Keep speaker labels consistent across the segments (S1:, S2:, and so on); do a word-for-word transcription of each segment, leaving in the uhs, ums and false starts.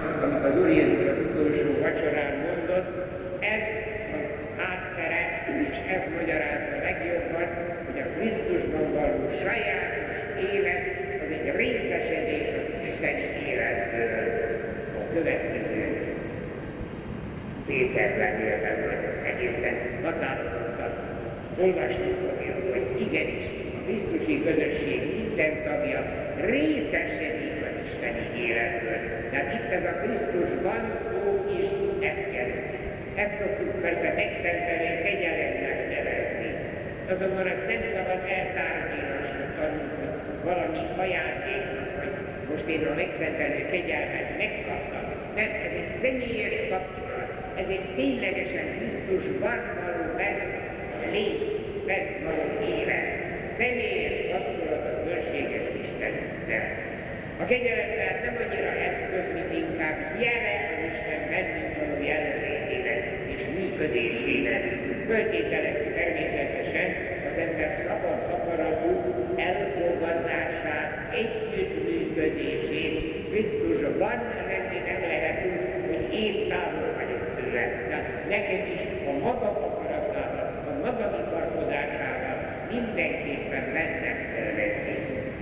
S1: Amit az Úr Jézus az utolsó vacsorán mondott, ez az háttere, és ez magyarázza legjobban, hogy a Krisztusban való sajátos élet az egy részesedés az isteni életből. A következő Péter levélben van ezt egészen határozottan olvasni fogjuk, hogy igenis a Krisztusi közösség minden tagja részesedik az isteni életből. Tehát itt ez a Krisztusban szó is ezt jelenti. Ezt szoktuk persze megszentelni, kegyelemnek nevezni. Azonban ezt nem szabad eltárgyalásra tanulni valami ajándéknak, hogy most én a megszentelő kegyelmet megkaptam. Nem, ez egy személyes kapcsolat. Ez egy ténylegesen Krisztusban való lét, való élet. Személyes kapcsolat a bőséges Istennel. A kegyelem tehát nem annyira eszköz, mint inkább jele az Isten bennünk való jelenlétének és működésének. Föltételezi természetesen az ember szabad akaratú elfogadását, együttműködését Krisztusban, lenni nem lehet úgy, hogy én távol vagyok tőle. Tehát neked is a maga akaratával, a maga iparkodásával mindenképpen bennem kell venni.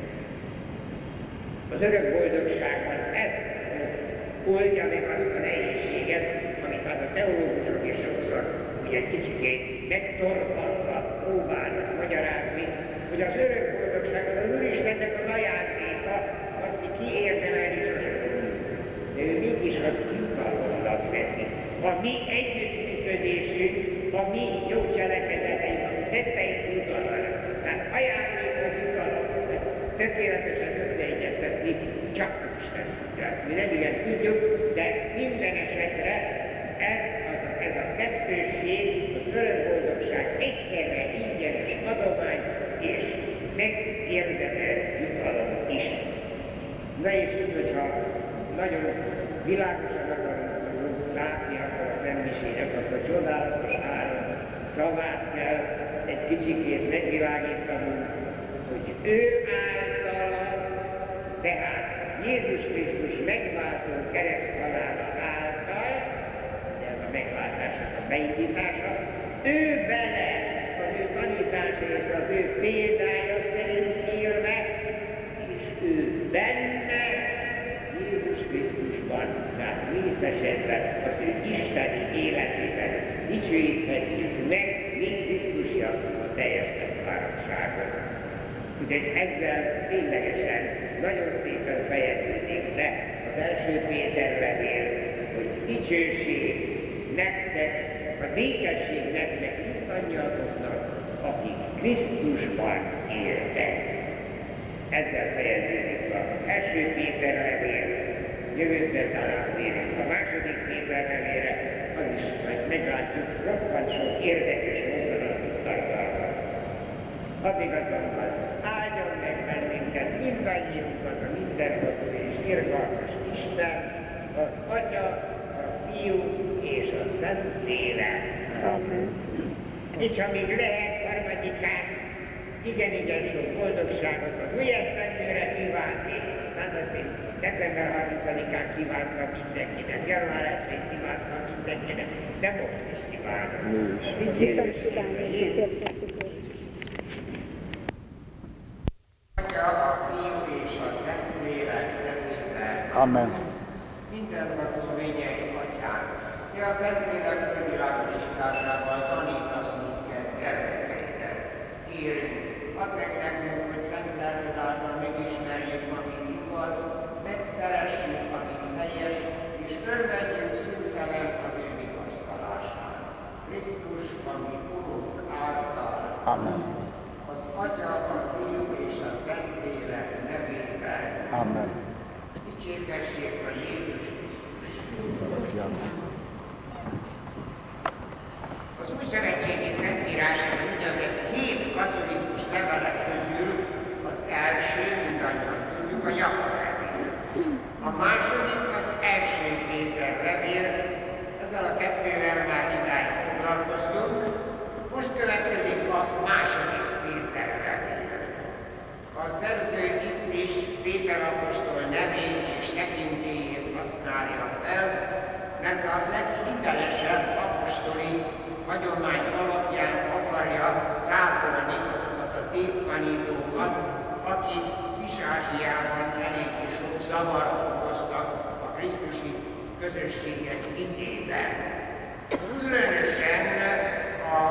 S1: Az örök boldogságban ez oldja meg azt a nehézséget, amit az a teológusok is sokszor ugye kicsikét megtorpanva próbálnak magyarázni, hogy az örök boldogság az az Úristennek az ajándéka, azt mi kiérdemelni sosem tudjuk. De ő mégis azt jutalomnak veszi. A mi együttműködésünk, a mi jó cselekedeteink, a mi tetteink jutalmának. Tehát ajándékok jutalom, ezt tökéletesen összeegyeztetni, csak Isten tudja. Ezt mi nem igen tudjuk, de minden esetre ez, az, ez a kettősség, az örök boldogság egyszerre ingyenes adomány és megérdemelt jutalom is. Na és így, hogyha nagyon világosan akarunk látni, akkor az emmisének azt a csodálatos három szavát kell egy kicsikét megvilágítanunk, hogy ő általa, tehát Jézus Krisztus megváltó kereszthalála által, ez a megváltásnak a beindítása, ő vele, az ő tanítása és az ő példája szerint élve, és ő benne, Jézus Krisztusban, tehát részesedve az ő isteni életében dicsőíthetjük meg, mint Krisztusiak a teljesített városságot. Úgyhogy ezzel ténylegesen nagyon szépen fejeződik le az első Péter levél, hogy dicsőség nektek, a békesség nektek mindannyiatoknak, akik Krisztusban éltek. Ezzel fejeződik az első Péter levél, jövőször talán mérünk a második Péter levélre, az is majd meglátjuk, roppant sok érdekes mozdulatot tartalmaz. Addig azonban áldjon meg bennünket mindannyiunkat a mindenható és irgalmas Isten, az Atya, a Fiú és a Szentlélek. Amen. És amíg lehet harmadikán, igen-igen sok boldogságot az új esztendőre kívánni, hát azt én december harmincadikán kívántam mindenkinek, január elsején kívántam mindenkinek, de most is kívánom.
S2: Viszont kívánni, ezért veszük őt.
S1: Atya, a Fiú és a Szentlélek nevében.
S3: Amen.
S1: Mindenható mennyei Atyánk, Te a Szentlélek fölvilágosításával tanítasz minket gyermekeidet. Kérünk, add meg nekünk, hogy szent lelked által megismerjük, amit igaz, megszeressük, amit helyes, és örvendjünk szűntelen az ő vigasztalásán. Krisztus, ami Urunk által.
S3: Amen.
S1: Az Atya, a Fiú és a Szentlélek nevében.
S3: Amen.
S1: Dicsértessék a Jézus Krisztus. Az új szövetségi szentírásban úgynevezett hét katolikus levelek közül az első, mindannyian tudjuk, a Jakab levél. A második az első Péter levél, ezzel a kettővel már idáig foglalkoztunk. Most következik a második Péter levél. A szerző itt is Péter apostol nevét és tekintélyét használja a leghitelesebb apostoli hagyomány alapján akarja cáfolni azokat a tévtanítókat, akik Kis-Ázsiában eléggé sok zavart okoztak a krisztusi közösségek hitében. Különösen a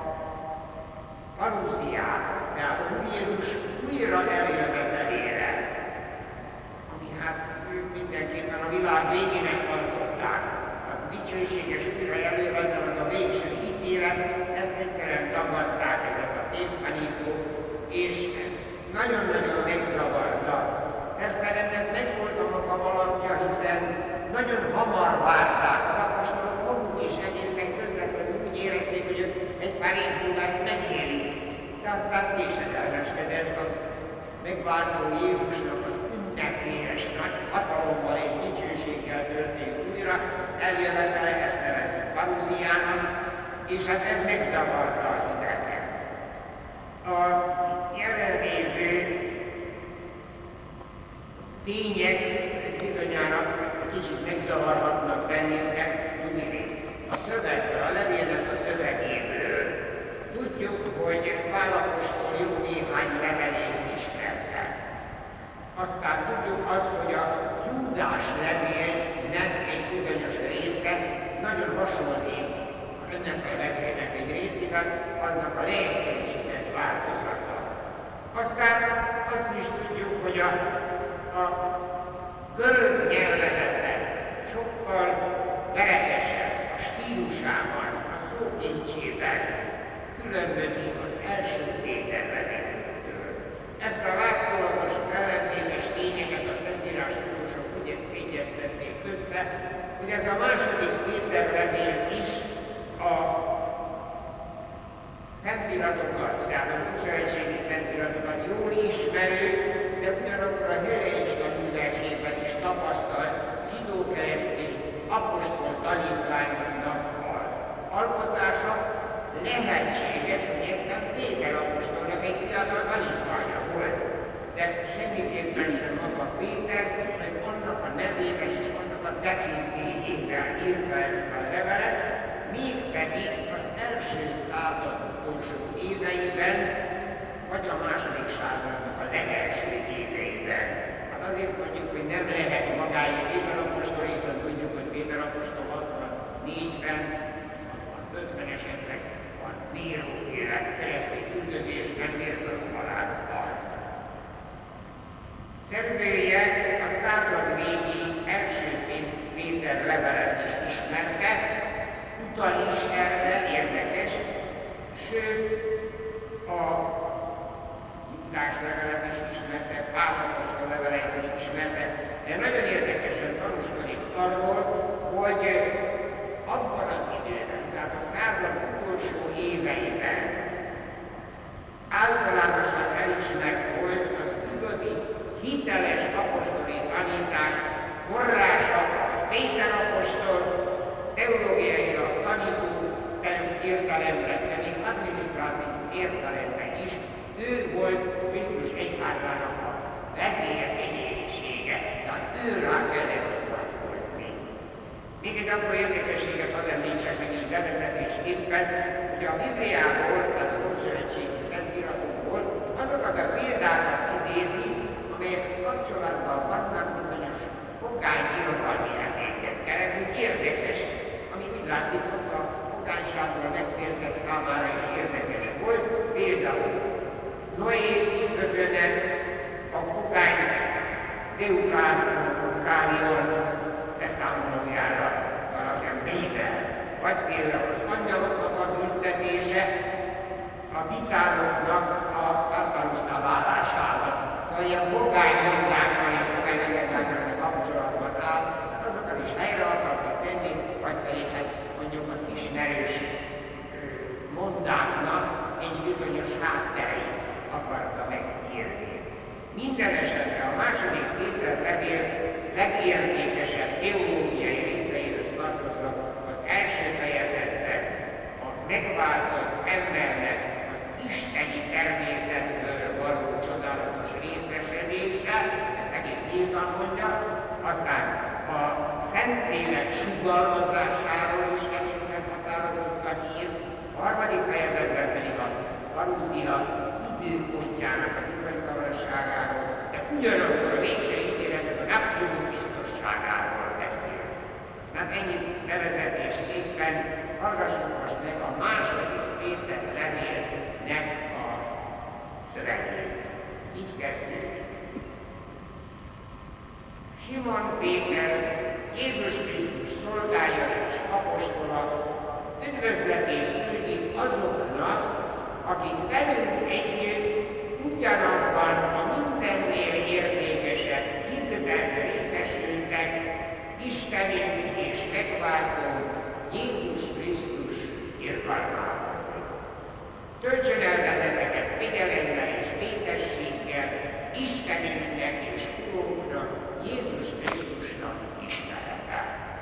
S1: paróziát, tehát a Jézus újra eljövetelére, ami hát ők mindenképpen a világ végének tartották. A dicsőséges újra eljövetel az a végső ítélet, ezt egyszerűen tagadták ezek a tévtanítók, és ez nagyon-nagyon megzavarta. Persze ennek megvolt a maga alapja, hiszen nagyon hamar várták az apostolok maguk, és egészen közvetlenül úgy érezték, hogy ők egy pár év múlva ezt megélik. De aztán késedelmeskedett az megváltó Jézusnak az ünnepélyes nagy hatalommal és dicsőséggel történt újra eljövetele, ezt nevezzük paróziának, és hát ez megzavarta a hiteket. A jelenlévő tények bizonyára kicsit megzavarhatnak bennünket, tudni a szövegből, a levélnek a szövegéből. Tudjuk, hogy Pál apostol jó néhány levelét ismerte. Aztán tudjuk azt, hogy a Júdás levélnek egy bizonyos része nagyon hasonlít ennek a levélnek egy részében, annak a leegyszerűsített változata. Aztán azt is tudjuk, hogy a, a görög nyelvezete sokkal veretesebb a stílusában, a szókincsében különbözik az első Péter leveléből. Ezt a látszólagos ellentétes tényeket a Szentírás tudósok úgy egyeztették össze, hogy ez a második Péter levél is a szentiratokat, tehát az újszövetségi szentiratokat jól ismerő, de ugyanakkor a heleista műveltségben is tapasztalt zsidó-keresztény apostol tanítványoknak az alkotása. Lehetséges, hogy éppen Péter apostolnak egy fiatal tanítványa volt, de semmiképpen sem maga Péter, meg annak a nevében és annak a tekintélyével írta ezt a levelet, mégpedig az első század utolsó éveiben, vagy a második századnak a legelső éveiben. Hát azért mondjuk, hogy nem lehet magáig Péter apostol, hiszen tudjuk, hogy Péter apostol hatvannégyben, hatvanötben esetleg a Néró-féle keresztény üldözésben mértől halált halt. Szerzője a század végi első Péter levelet is ismerte, utal is erre, érdekes, sőt a Júdás levelet is ismerte, Pál apostol leveleit is ismerte, de nagyon érdekesen tanúskodik arról, hogy abban az időben, tehát a század utolsó éveiben általánosan elismert volt az igazi, hiteles apostoli tanítás forrása, az Péter apostol, teológiailag tanító értelemben, de még adminisztrátív értelemben is, ő volt Krisztus egyházának a vezéregyénisége, tehát ő rá kellett hivatkozni. Még egy apró érdekességet hadd említsek meg így bevezetésképpen, hogy a Bibliából, tehát az Ószövetségi Szentíratokból azokat a példákat idézi, amelyek kapcsolatban vannak bizonyos pogány irodalmi emlékekkel. Ez úgy érdekes, ami úgy látszik, hogy a pogányságból megtértek számára is érdekes volt. Például Noé tízötönen a pogány Deuterokárion beszámolójára valakán véve, vagy például az angyaloknak a büntetése a titánoknak a tartalusszá válásával. Szóval ilyen pogány mondákkal és pogány legendákkal kapcsolatban áll, azokat is helyre akartak tenni, vagy pedig hát mondjuk az ismerős mondáknak egy bizonyos hátterét akarta megírni. Minden esetre a második Péter levél legértékesebb teológiai részeihez tartoznak az első fejezetben a megváltott embernek az isteni természetből való csodálatos részesedése, ezt egész nyíltan mondja, aztán a Szentlélek sugalmazásáról is egészen határozottan ír, a harmadik fejezetben pedig a parózia időpontjának a bizonytalanságáról, de ugyanakkor a végső ítéletek az abszolút biztosságáról beszél. Nem ennyit bevezetésképpen hallgassuk most meg a második Péter levélnek a szövegét. Így kezdődik. Simon Péter, Jézus Krisztus szolgája és apostola, üdvözletét küldik azoknak, akik velünk együtt ugyanabban a mindennél értékesebb hitben részesültek, Istenünk és megváltónk Jézus Krisztus irgalmával. Töltsön el benneteket figyelemmel és békességgel Istenünknek és Urunknak, Jézus Krisztusnak ismerete.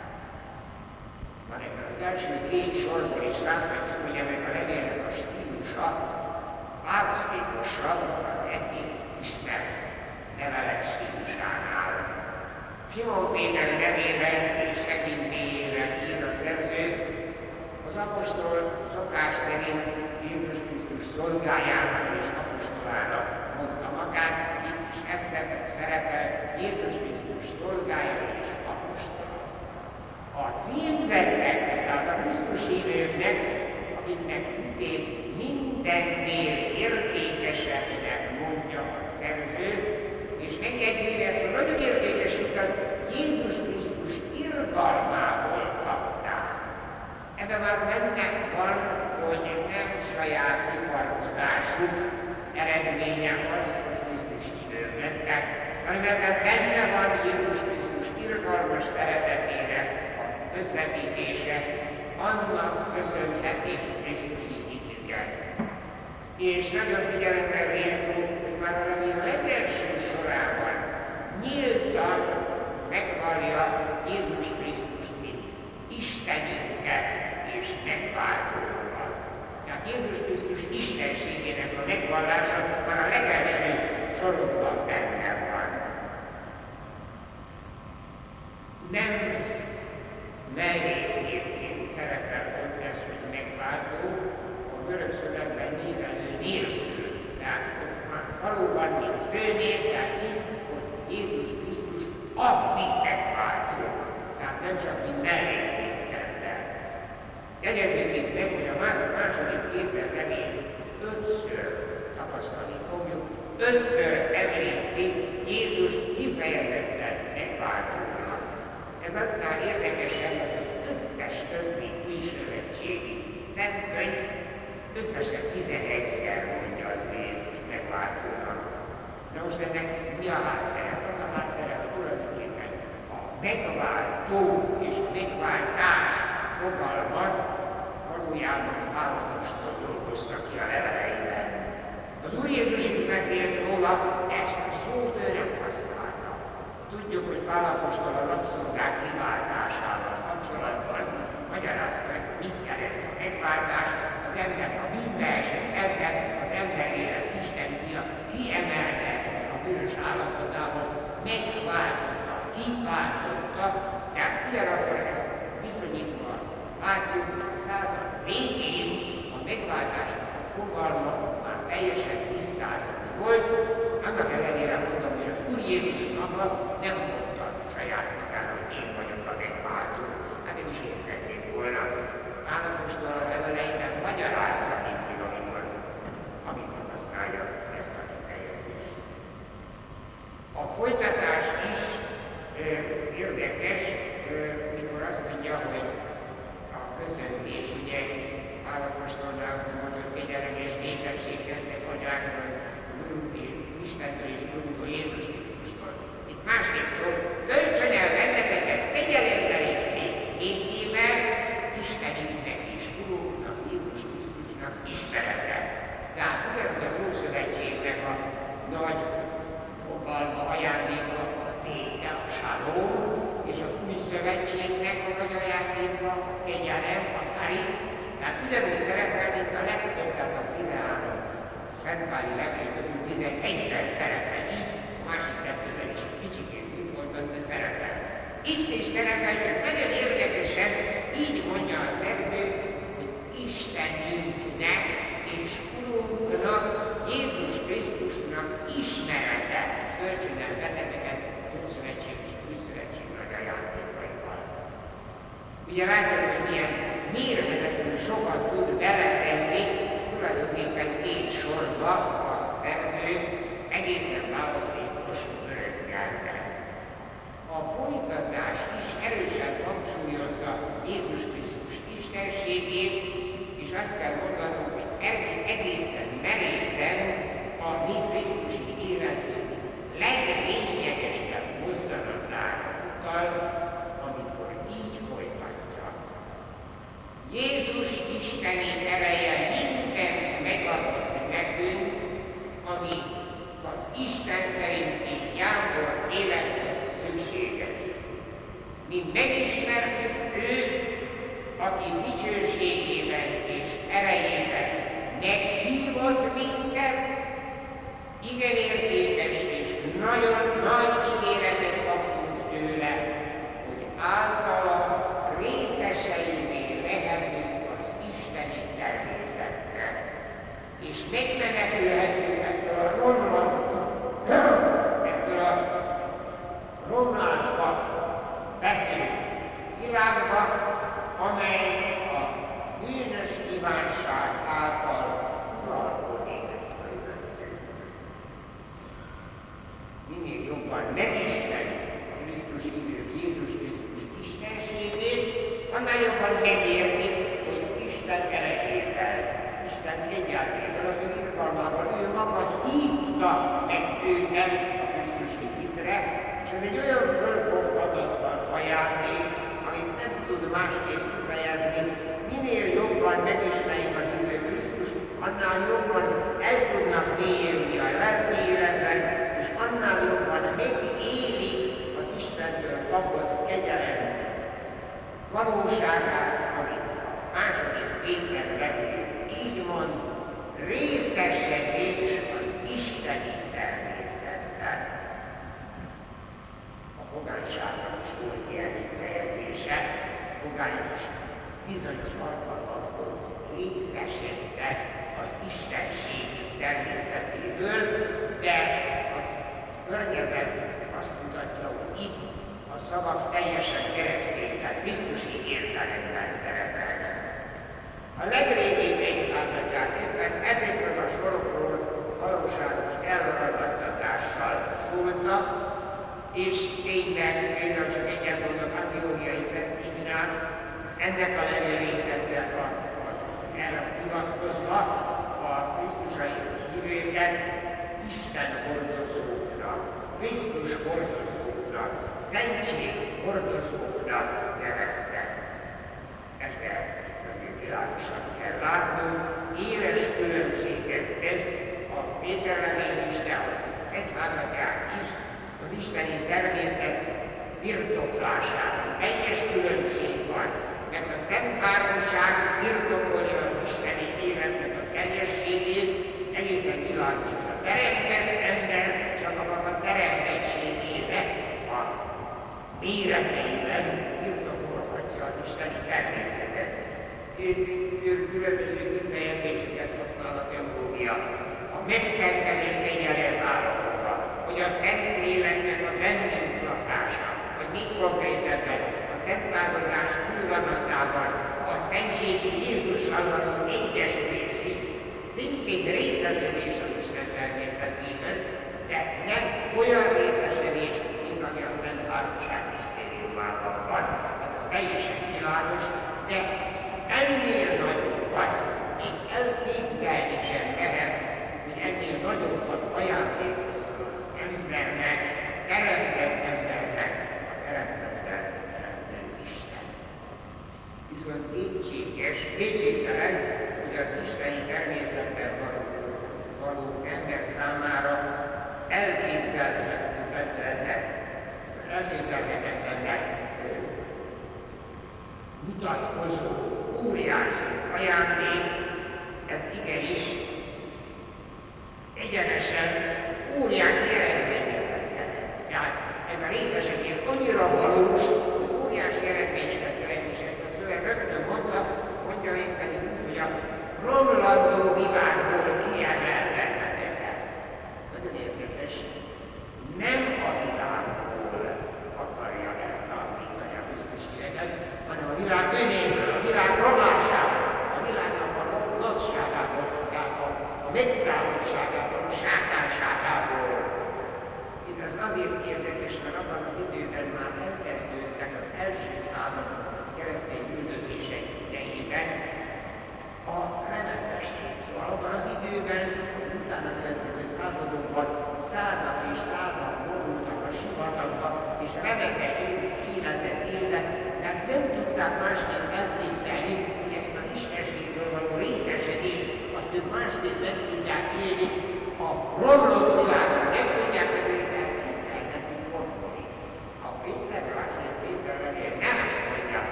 S1: Van ebben az első két sorból is láthatjuk, hogy ennek a levélnek a stílusa választékosabb az eddig ismert levelek stílusánál. Simon Péter nevében és tekintélyével ír a szerző, az apostol szokás szerint Jézus Krisztus szolgájának és apostolának mondta magát, itt is ez szerepel Jézus Krisztus szolgája és apostola. A címzettek, tehát a Krisztus hívőknek, akiknek ütén mindennél értékesebbnek mondja a szerző, és megjegyzi, ezt a nagyon értékes utat Jézus Krisztus irgalmából kapták. Ebben már benne van, hogy nem saját iparkodásuk eredménye az, hogy Krisztus hívők lettek, hanem ebben benne van Jézus Krisztus irgalmas szeretetének a közvetítése, annak köszönhetik Krisztusi hitüket. És nagyon figyelemre méltó, hogy már valami a legelső sorában nyíltan megvallja Jézus Krisztust, mint Istenünket és megváltóval. Tehát Jézus Krisztus istenségének a megvallása már a legelső sorokban benne van. Nem melléknévként szerepel ott ez, hogy megváltó, a görög szövegben névelő nélkül. Tehát ott már valóban, mint főnév, tehát így, hogy Jézus Krisztus a mi megváltó. Tehát nem csak mint melléknév szerepel. Jegyezzük itt meg, hogy a második Péter levél ötször tapasztalni fogjuk, ötször említi Jézus kifejezetten megváltónak. Ez annál érdekesebb, hogy az összes többi újszövetségi szentkönyv összesen tizenegyszer mondja az Jézus megváltónak. Na most ennek mi a háttere? Az a háttere, hogy tulajdonképpen a megváltó és a megváltás fogalmat valójában Pálapostól dolgozta ki a leveleiben. Az Úr Jézus is beszélt róla, ezt a szót ő nem használta. Tudjuk, hogy Pálapostól a rabszolgák kiváltásával kapcsolatban magyarázta meg, mit jelent a megváltás, az ember a bűnbe esett ember, az ember élet Isten fia kiemelte a bűnös állapotából, megváltotta, kiváltotta, tehát ugyanakkor ezt bizonyítva látjuk, a század végén a megváltásnak a fogalma már teljesen tisztázott volt, annak ellenére mondom, hogy az Úr Jézus maga nem mondta saját magának, hogy én vagyok a megváltó. Hát nem is értették volna. Pálapostól a leveleiben magyarázza mindig, amikor, amikor használja ezt a kifejezést. A folytatás is ö, érdekes, ö, mikor azt mondja, hogy a köszöntés, ugye Pálapostolnál mondott kegyelem és békesség jöttek atyánkról, Istentől és Úrunkról, Jézus Krisztustól. Itt másképp szól, töltsön el benneteket kegyelemmel és békével, Istenünknek és Urunknak, Jézus Krisztusnak ismerete. Tehát ugyanúgy az Ószövetségnek a nagy fogalma, ajándéka, a béke, a salom, és az Új Szövetségnek a nagy ajándéka, a kegyelem, a karisz. Tehát ugyanúgy szerepel, mint a legtöbb, tehát a tizenhárom Szentpáli levél közül tizenegyben szerepel így, a másik kettőben is egy kicsikét úgy mondott, de szerepel. Itt is szerepel, csak nagyon érdekesen így mondja a szerző, hogy Istenünknek és Urunknak, Jézus Krisztusnak ismerete kölcsönel benneteket Ószövetség és Újszövetség nagy ajándékaival. Ugye látjuk, hogy milyen mérhetetlenül sokat tud beletenni, tulajdonképpen két sorba a szerző egészen választékos örökkelben. A folytatás is erősen hangsúlyozza Jézus Krisztus istenségét, és azt kell mondanunk, hogy egészen merészen a mi Krisztusi életünk leglényegesebb mozzanatára utal, amikor így folytatja. Jézus isteni ereje mindent megadott nekünk, ami az Isten szerinti jámbor élethez szükséges. Mi megismertük őt, aki dicsőségében és erejében meghívott minket, igen értékes és nagyon nagy ígéretet kaptunk tőle, hogy általa részeseivé lehetünk az isteni természetnek, és megmenekülhetünk ettől a ettől a romlásba beszélő világba, amely a bűnös kívánság által uralkodik. Minél jobban megismerjük Krisztus idők Jézus Krisztus istenségét, annál jobban megértik, hogy Isten erejével, Isten kegyelmével, az ő irgalmával, ő maga hívta meg őket a Krisztusi hitre, és ez egy olyan fölfoghatatlan ajándék, amit nem tud másképp kifejezni. Minél jobban megismerik a hívő Krisztust, annál jobban el tudnak mélyülni a lelki életben, és annál jobban megélik az Istentől kapott kegyelem valóságát, amit a második Péter levél így mond, részesedés az isteni természetben. A pogányságnak is volt ilyen kifejezése, pogányok is bizonyos alkalmakon részesedtek az istenség természetéből, de a környezet azt mutatja, hogy itt a szavak teljesen keresztény, tehát Krisztusi értelemben szerepelnek. A legrégibb egyházatják éppen ezekről a sorokról valóságos elragadtatással szóltak, és tényleg például csak egyet mondok, Antiochiai Szent Ignáz, ennek a levélrészlettel a, a, erre hivatkozva a Krisztusai hívőket Isten hordozóknak, Krisztus hordozóknak, szentség hordozóknak nevezte. Ezzel nagyon világosan kell látnunk, éles különbséget tesz a Péter levél is, de az egyházatják is az isteni természet birtoklásában. Teljes különbség van, mert a Szent Háromság birtokolja az isteni életnek a teljességét, egészen világos, hogy a teremtett ember csak a maga teremtettségének a méreteiben birtokolhatja az isteni természetet. Különböző kifejezéseket használ a teológia. A megszentelő kegyelem állapota, hogy a Szent Léleknek a bennünk lakása, vagy még konkrétebben a szentálkozás pillanatában a szentségi Jézussal való egyesülésig szintén részesedés az Isten természetében, de nem olyan részesedés, mint ami a Szent Háromság misztériumában van. Ez teljesen világos, de ennél nagyobbat, még elképzelni sem lehet, hogy ennél nagyobbat ajándékozhat az embernek, teremtett embernek, a teremtettel teremtett Isten. Viszont kétséges, kétségtelen, hogy az isteni természetben való, való ember számára elképzelhetetlennek, elképzelhetetlennek mutatkozó óriási ajándék, ez igenis egyenesen óriási eredményeket. Tehát ez a részesedés annyira valós,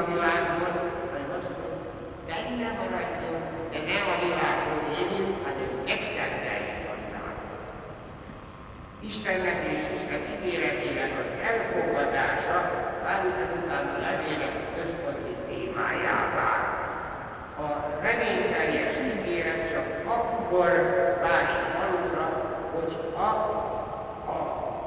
S1: világból, hanem azt mondom, benne maradjon, de nem a világból éljünk, hanem megszenteljük hozzá. Istennek és Isten ígéretének az elfogadása válik ezután a levélek központi témájává. A reményteljes ígéret csak akkor válik valóra, hogy a, a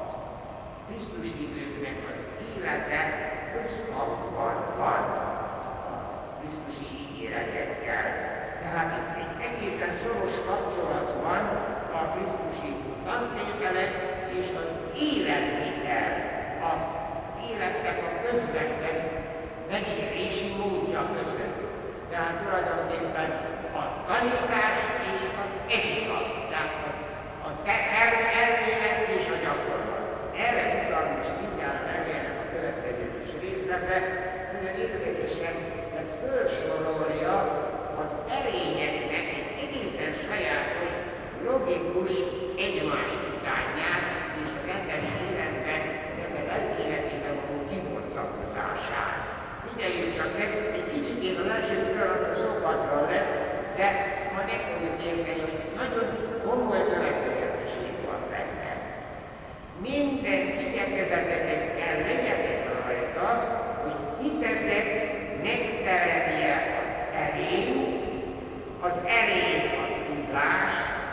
S1: Krisztus hívőknek az élete összhangban van a Krisztusi ígéretekkel. Tehát itt egy egészen szoros kapcsolat van a Krisztusi tantételek és az életvitel, az életnek a közvetlen megélési módja között. Tehát tulajdonképpen a tanítás és az etika, tehát a, a te el, elmélet és a gyakorlat. Erre utal most mindjárt megjelnek a következő kis részletre, nagyon érdekesen, tehát felsorolja az erényeknek egy egészen sajátos, logikus egymás utánját és az emberi életben, az ember elméletében való kibontakozását. Figyeljünk csak meg, egy kicsit az első pillanatra szokatlan lesz, de ma meg fogjuk érteni, hogy nagyon komoly következetesség van benne. Minden igyekezetetekkel legyetek rajta, hogy hitetek megteremje az erényt, az erény a tudás,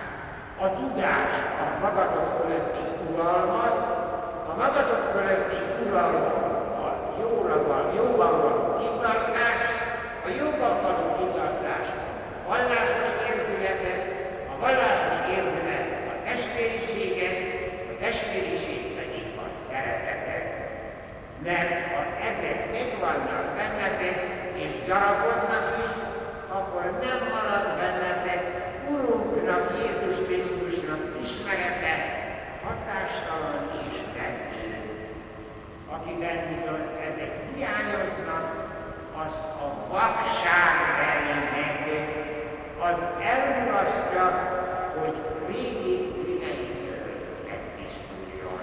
S1: a tudás a magatok fölötti uralmat, a magatok fölötti uralmat a jóban, jóban való kitartás, a jóban való kitartás a vallásos érzületet, a vallásos érzület a testvériséget, a testvériség pedig a szeretetet. Mert ha ezek megvannak bennetek és gyarapodnak is, akkor nem marad bennetek Urunknak, Jézus Krisztusnak ismerete, hatástalan és rendű. Akiben viszont ezek hiányoznak, azt a vakság veri meg, az elmulasztja, hogy régi bűneitől megtisztuljon.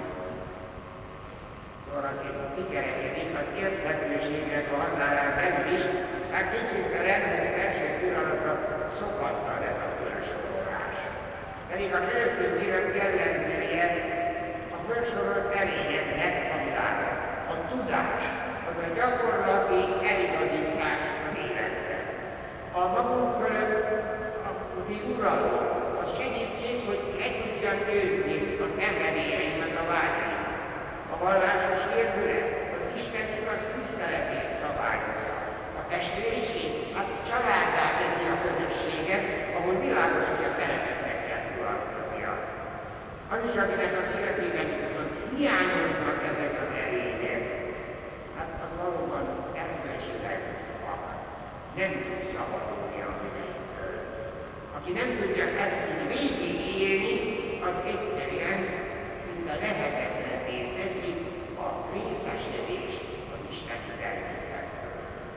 S1: Szóval azért kikerekedik az érthetőségnek a határán belül is, hát kicsit a rendben első pillanatra szokatlan ez a felsorolás. Pedig a keresztény élet jellemzője a felsorolt erényeknek a világa. A tudás, az a gyakorlati eligazítás az életben. A magunk fölött a uralom, a segítség, hogy meg tudjam győzni a szenvedélyeim, a vágyaim. A vallásos érzület, az Isten igaz tiszteletét szabályozza. A testvériség, a családdá teszi a közösséget, ahol világos, hogy a szeretetnek kell uralkodnia. Az is, akinek az életében viszont hiányosnak ezek az erények, hát az valóban erkölcsileg vak. Nem tud szabadulni a bűneitől. Aki nem tudja ezt úgy végigélni, az egyszerűen szinte lehetetlenné teszi a részesedést az Isten természetből.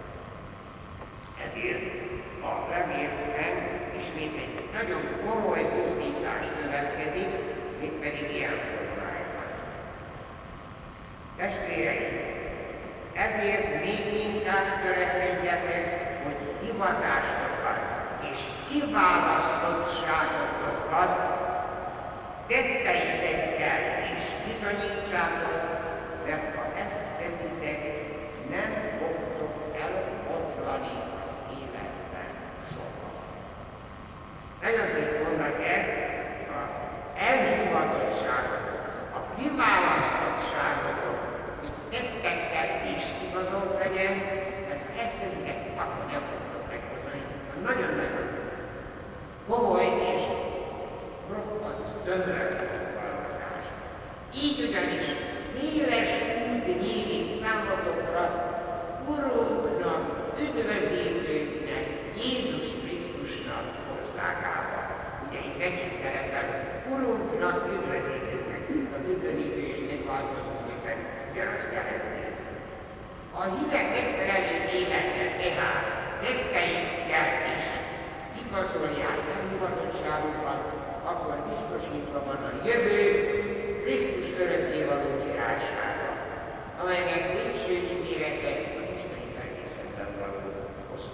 S1: Ezért a levélben ismét egy nagyon komoly buzdítás következik, mégpedig ilyen formájában. Testvéreim, ezért még inkább törekedjetek, hogy hivatásokat és kiválasztottságotokat tetteitekkel is bizonyítsátok, mert ha ezt teszitek, nem fogtok elbotlani az életben soha. Nagyon szép mondat ez, az elhivatottságotok, a kiválasztottságotok, hogy tettekkel is igazok legyen, mert ha ezt teszitek, akkor nem fogtok meghozni. Nagyon-nagyon komoly és roppant tömör fogalmazás. Így ugyanis széles út nyílik számotokra Urunknak, üdvözítőnknek, Jézus Krisztusnak országába. Ugye itt megint szeretem, Urunknak, üdvözítőnknek. Az üdvözítő is megváltozóképpen ugyanazt jelenti. A hívek megfelelő életet tehát tetteikkel is igazolják elhivatottságukat, akkor biztosítva van a jövő Krisztus örökkévaló királysága, amelynek végső ígérete az isteni természetben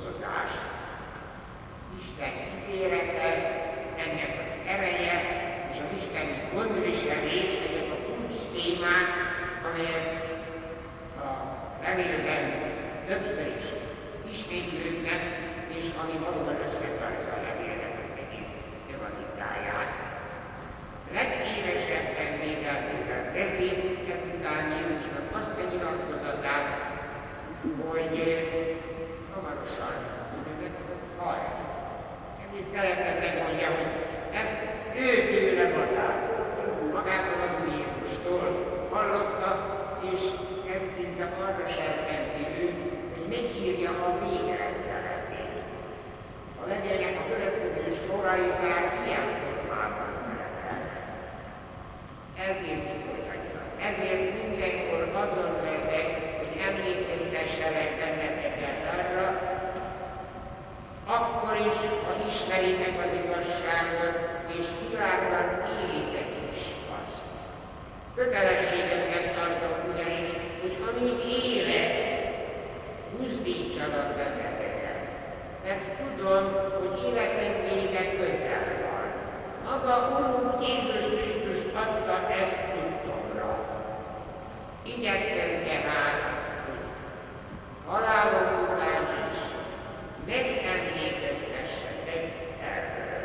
S1: osztozás. Isten ígérete, ennek az ereje, és az isteni gondviselés, ezek a kulcs témák, amelyek a levélben többször is ismétlődnek, és ami valóban összetartja a levélnek az egész evangéliáját. Legéresebben végeltével teszi ezután Jézusnak azt a nyilatkozatát, hogy hamarosan hal. Egész keleten megmondja, hogy ezt ő tőle magát, magától az Úr Jézustól hallotta, és ez szinte arra serkenti ő, hogy megírja a végrendeletét. A levélnek a következő sorainál ilyen formában szerepelnek. Ezért folytatja. Ezért mindenkor azon leszek, hogy emlékeztesselek benneteket arra, akkor is, ha ismeritek az igazságot, és szilárdan élitek is azt. Kötelességemnek tartom ugyanis, hogy amíg élek, buzdítsalak benneteket. Mert tudom, hogy életem vége közel van. Maga Urunk Jézus Krisztus adta ezt tudtomra. Igyekszem tehát, hogy halálom után is megemlékeztessetek erről.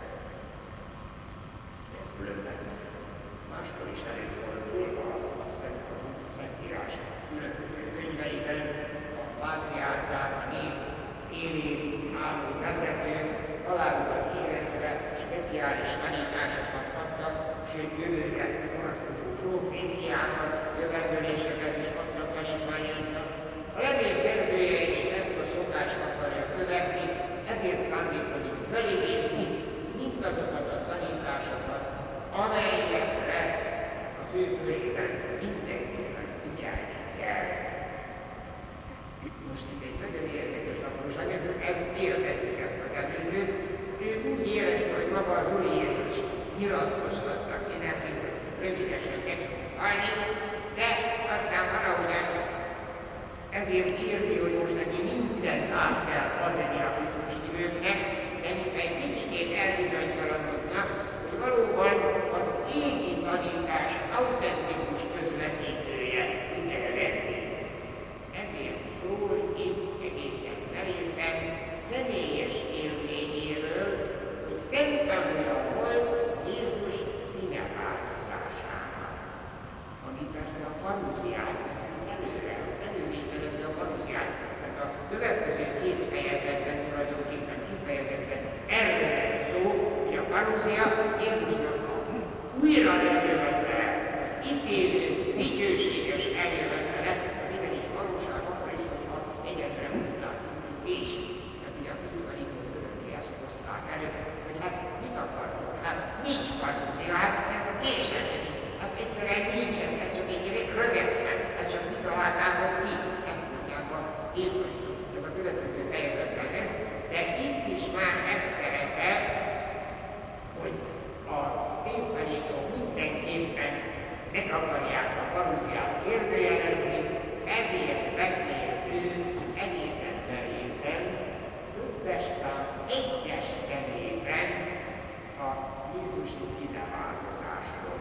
S1: Ez különben máskor is előfordul a Szentírás különböző könyveiben, a pátriárkák, a nép élén álló vezetők halálukat érezve speciális tanításokat adtak, sőt jövőre vonatkozó proféciákat, jövendőléseket is adtak tanítványainknak. A levél szerzője is ezt a szokást akarja követni, ezért szándékozik felidézni mindazokat a tanításokat, amelyekre az ő körében mindenkinek figyelni kell. Most itt egy nagyon érdekes apróság, ez, ez értettük ezt az előzőt. Ő úgy érezte, hogy maga az Úr Jézus nyilatkoztatta ki neki, hogy rövidesen meg halni, de aztán valahogyan ezért érzi, hogy most neki mindent át kell adni a Krisztus hívőknek, de mint egy picikét elbizonytalanodnak, hogy valóban az égi tanítás autentikus közvetítője ide lenni. Ezért szól itt egészen merészen személyes élményéről, hogy szemtanúja volt Jézus színeváltozásának. Ami persze a paruziát veszi előre, az elővételezi a paruziát. Tehát a következő két fejezetben tulajdonképpen kifejezetten erről lesz szó, hogy a paruzia Jézusnak a újra eljövetele, az ítélő, dicsőséges eljövetele, az igenis valóság, akkor is, hogyha egyedre úgy látszik, hogy késik. Tehát ugye a fiúkanikok örökké ezt hozták elő, hogy hát mit akarok? Hát nincs paruzia, hát nem a késedik. Hát egyszerűen nincsen, ez csak egy rögesznek, ez csak mi találtátok ki. Ezt mondják a évkanikok. Ez a következő fejezetben lesz, de itt is már ez szerepel, hogy a évkanikok mindenképpen meg akarják a paruziát kérdőjelezni, ezért beszél ő egészen merészen, többes szám egyes szemében a Jézusi színeváltozásról.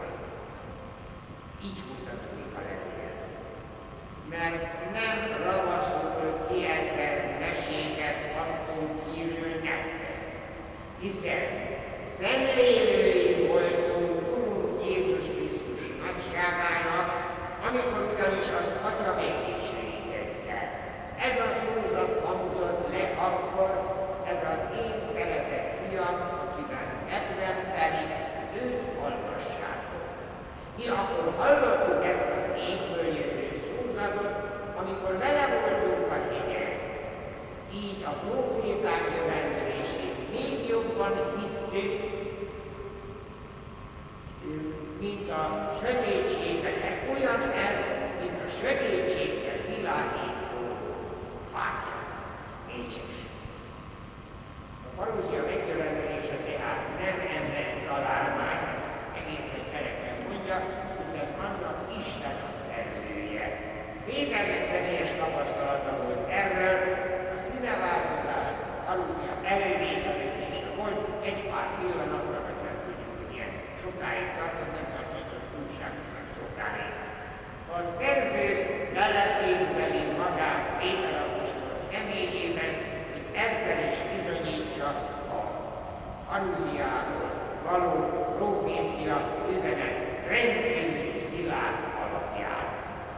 S1: Így mutatódik a levél. Mert nem ravaszul kieszelt meséket adtunk hírül nektek, hiszen szemlélői voltunk Urunk Jézus Krisztus nagyságának, amikor ugyanis az Atya megdicsőítette. Ez a szózat hangzott le akkor, ez az én szeretett fiam, akiben kedvem telik, őt hallgassátok. Mi akkor hallottuk ezt az égből jövő szózatot, amikor vele voltunk a hegyen. Így a próféták jövendőlését még jobban hisztük, mint a sötétségben, olyan ez, mint a sötétségben világító fákja. Nincs is. A paruzia megjelenése tehát nem ember találmány, ezt egészen kereken mondja, hiszen annak Isten a szerzője. Péternek személyes tapasztalata volt erről, a színeváltozás sokáig tartott, nem tartott túlságosan sokáig. A szerző beleképzeli magát Péter apostol személyében, hogy ezzel is bizonyítja a Anuziáról való profécia üzenet rendkívüli szilárd alapját.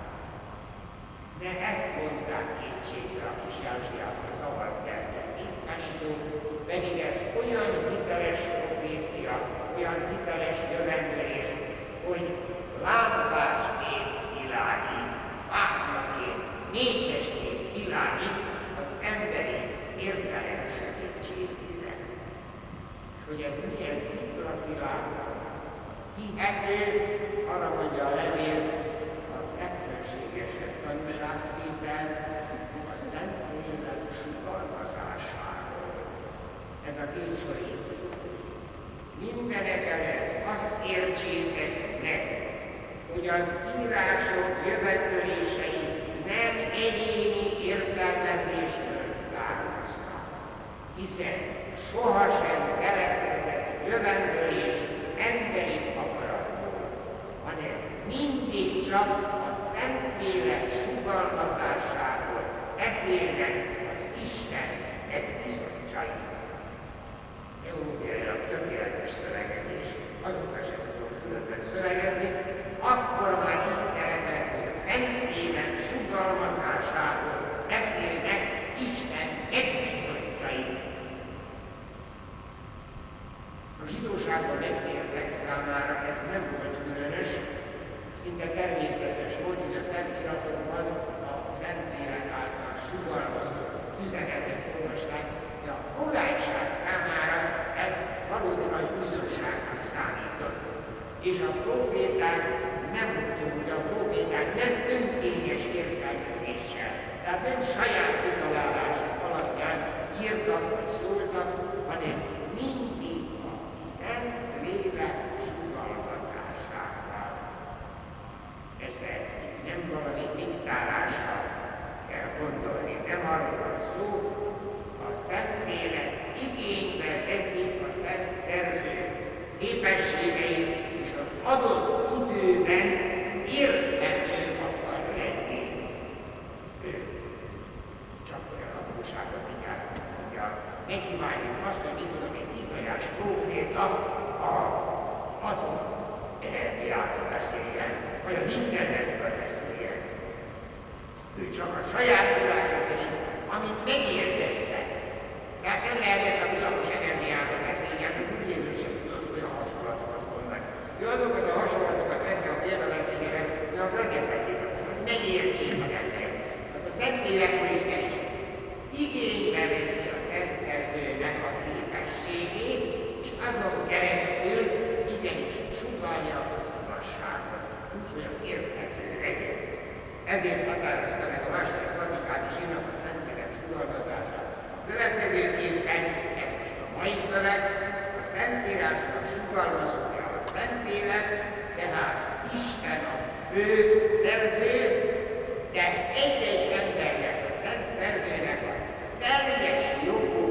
S1: De ezt mondták kétségre a kis Jázsiában zavart területén tanítók, pedig ez olyan hiteles profécia, olyan hiteles jövendőlés, hogy lámpásként világít, átlaként, négyesként világít az emberi értelem segítségére. És hogy ez milyen szikla szilárd, hihető, arra mondja a levél, a legfenségesebb tanúságtétel a Szentlélek sugalmazásáról. Ez a két sor így szól. Mindenekelőtt azt értsétek meg, hogy az írások jövendőlései nem egyéni értelmezésből származnak, hiszen sohasem keletkezett jövendőlés emberi akaratból, hanem mindig csak a Szentlélek sugalmazásáról beszélnek az Isten megbizonyítjai. Teológiailag tökéletes szövegezés, azóta sem tudom különben szövegezni, akkor már így szerepel, hogy a Szentlélek sugalmazásáról beszélnek Isten megbizonyítjai. A zsidóságban megtértek számára ez nem volt különös, szinte természetes volt, hogy a Szentíratokban a Szentlélek által sugalmazott üzenetet olvasták, de a pogályság számára ez valóban újdonságnak számított. És a proféták nem tudjuk, hogy a proféták nem önkényes értelmezéssel, tehát nem saját kitalálások alapján írtak vagy szóltak, hanem mindig a Szentlélek sugalmazásával. Persze nem valami diktálásra kell gondolni, nem arról van szó, a Szentlélek igénybe veszi a szent szerző képességeit, és az adott időben érthető akar lenni. Ő csak olyan apróságot vigyált, mondja, ne kívánjuk azt, hogy itt tudom, egy Izaiás próféta az atomenergiáról beszéljen, vagy az internetről beszéljen. Ő csak a saját tudása pedig, amit megértette. Tehát nem lehetett a villamos energiáról beszélni, hogy úgy Jézus sem tudott olyan hasonlatokat mondani. Ő azokat a hasonlatokat vette a példabeszélőre, hogy a környezetében, hogy megértsék az emberek. Tehát a Szentlélekről is kell is igénybe veszi a Szent Szerzőnek a képességét, és azon keresztül igenis sugalja az igazságot, úgyhogy az érthető legyen. Ezért határozta meg a második vatikátus írnak a Szentlélek sugalmazását. Következőképpen, ez most a mai szöveg, a Szentírásnak sugalmazója a Szentlélek, tehát Isten a fő szerző, de egy-egy embernek, a szent szerzőnek a teljes jogú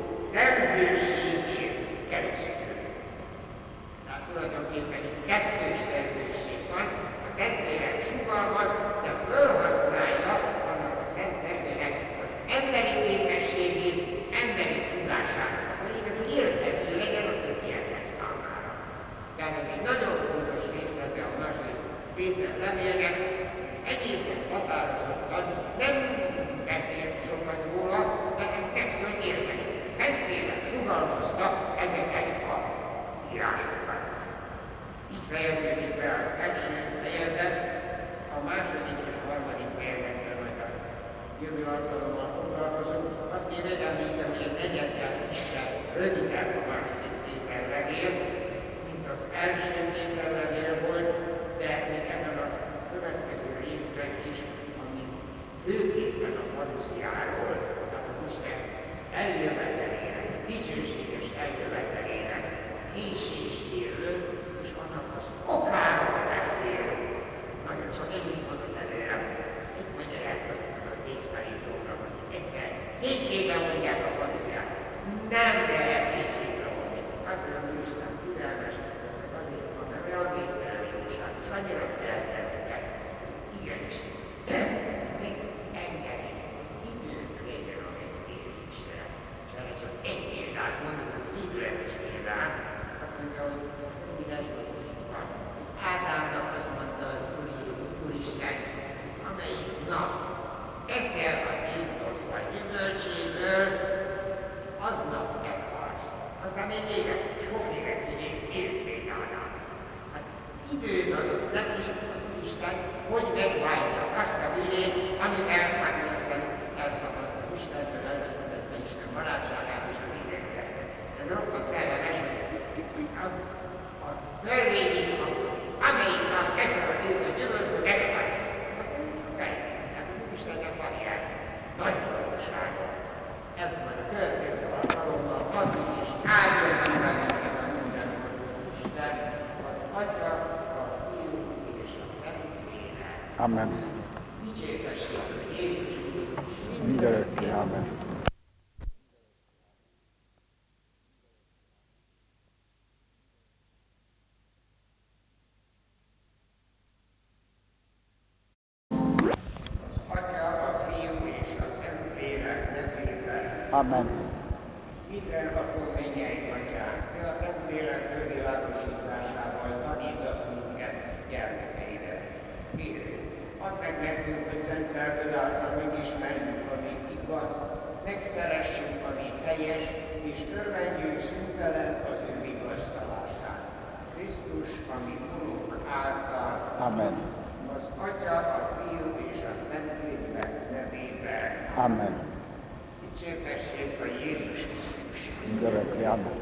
S1: szerzőségén keresztül. Tehát tulajdonképpen itt kettős szerzőség van, a Szentlélek sugalmaz, de fölhasználja annak a szent szerzőnek az emberi képességét, emberi tudását, hogy igazából érthető legyen a többieknek számára. Tehát ez egy nagyon fontos részlete a második Péter levélnek, egészen határozottan nem beszél sokat róla, de ezt meg kell érteni. Szentlélek sugalmazta ezeket a írásokat. Így fejeződik be az első fejezet, a második és a harmadik fejezetről majd a jövő alkalommal foglalkozunk. Azt én megemlítem, hogy egy negyeddel kisebb, rövidebb a második Péter levél, mint az első Péter levél volt, de még ebben a következő részben is, ami főképpen a paruszjáról, tehát az Isten eljövetelének, dicsőséges eljövetelének késéséről, és annak az okáról beszél. Nagyon csak ennyit mondott előre, itt mondja ezt a négy tanítókra, hogy egyszer kétségbe mondják a paruszját. Nem lehet kétségbe mondani. Azt mondja, hogy Isten türelmes, ez csak azért van, annyira szeretem őket. Igenis, még engedni időt legyen, amit ér Istenet. És erre csak egy példát mond, ez a szívületes példát. Azt mondja, hogy a Szentírásban úgy van. Ádámnak azt mondta az Úristen, amelyik nap eszel a tiltott vagy gyümölcséből, aznap meghalsz. Aztán még élet, sok évet élt még annak. Hát időt adott neki az Úristen, hogy megválja azt a bűnét, amit elfájt, aztán elszakadt az Istentől, elvesztette Isten barátságát és a mindent. Ez roppant szellemes, hogy a, a törvényi, amelyik nap eszel a tiltott gyümölcsből, meghalsz. Istennek van ilyen nagy valósága. Ezt majd a következő alkalommal addig is áldjon ki bennünket a mindenható Isten, az Atya, a Fiú és a Szentlélek.
S3: Amen.
S1: Dicsértessék Jézus Krisztus.
S3: Mindörökké. Amen. Amen.
S1: Mindenható mennyei Atyánk, Te a Szentlélek fölvilágosításával tanítasz minket gyermekeidet. Kérünk, add meg nekünk, hogy szent lelked által megismerjük, ami igaz, megszeressük, ami helyes, és örvendjük szüntelen az ő vigasztalását. Krisztus, ami Urunk által.
S3: Amen.
S1: Az Atya, a Fiú és a Szentlélek nevében.
S3: Amen.
S1: Dicsértessék a Jézus Krisztus.
S3: Mindörökké. Amen.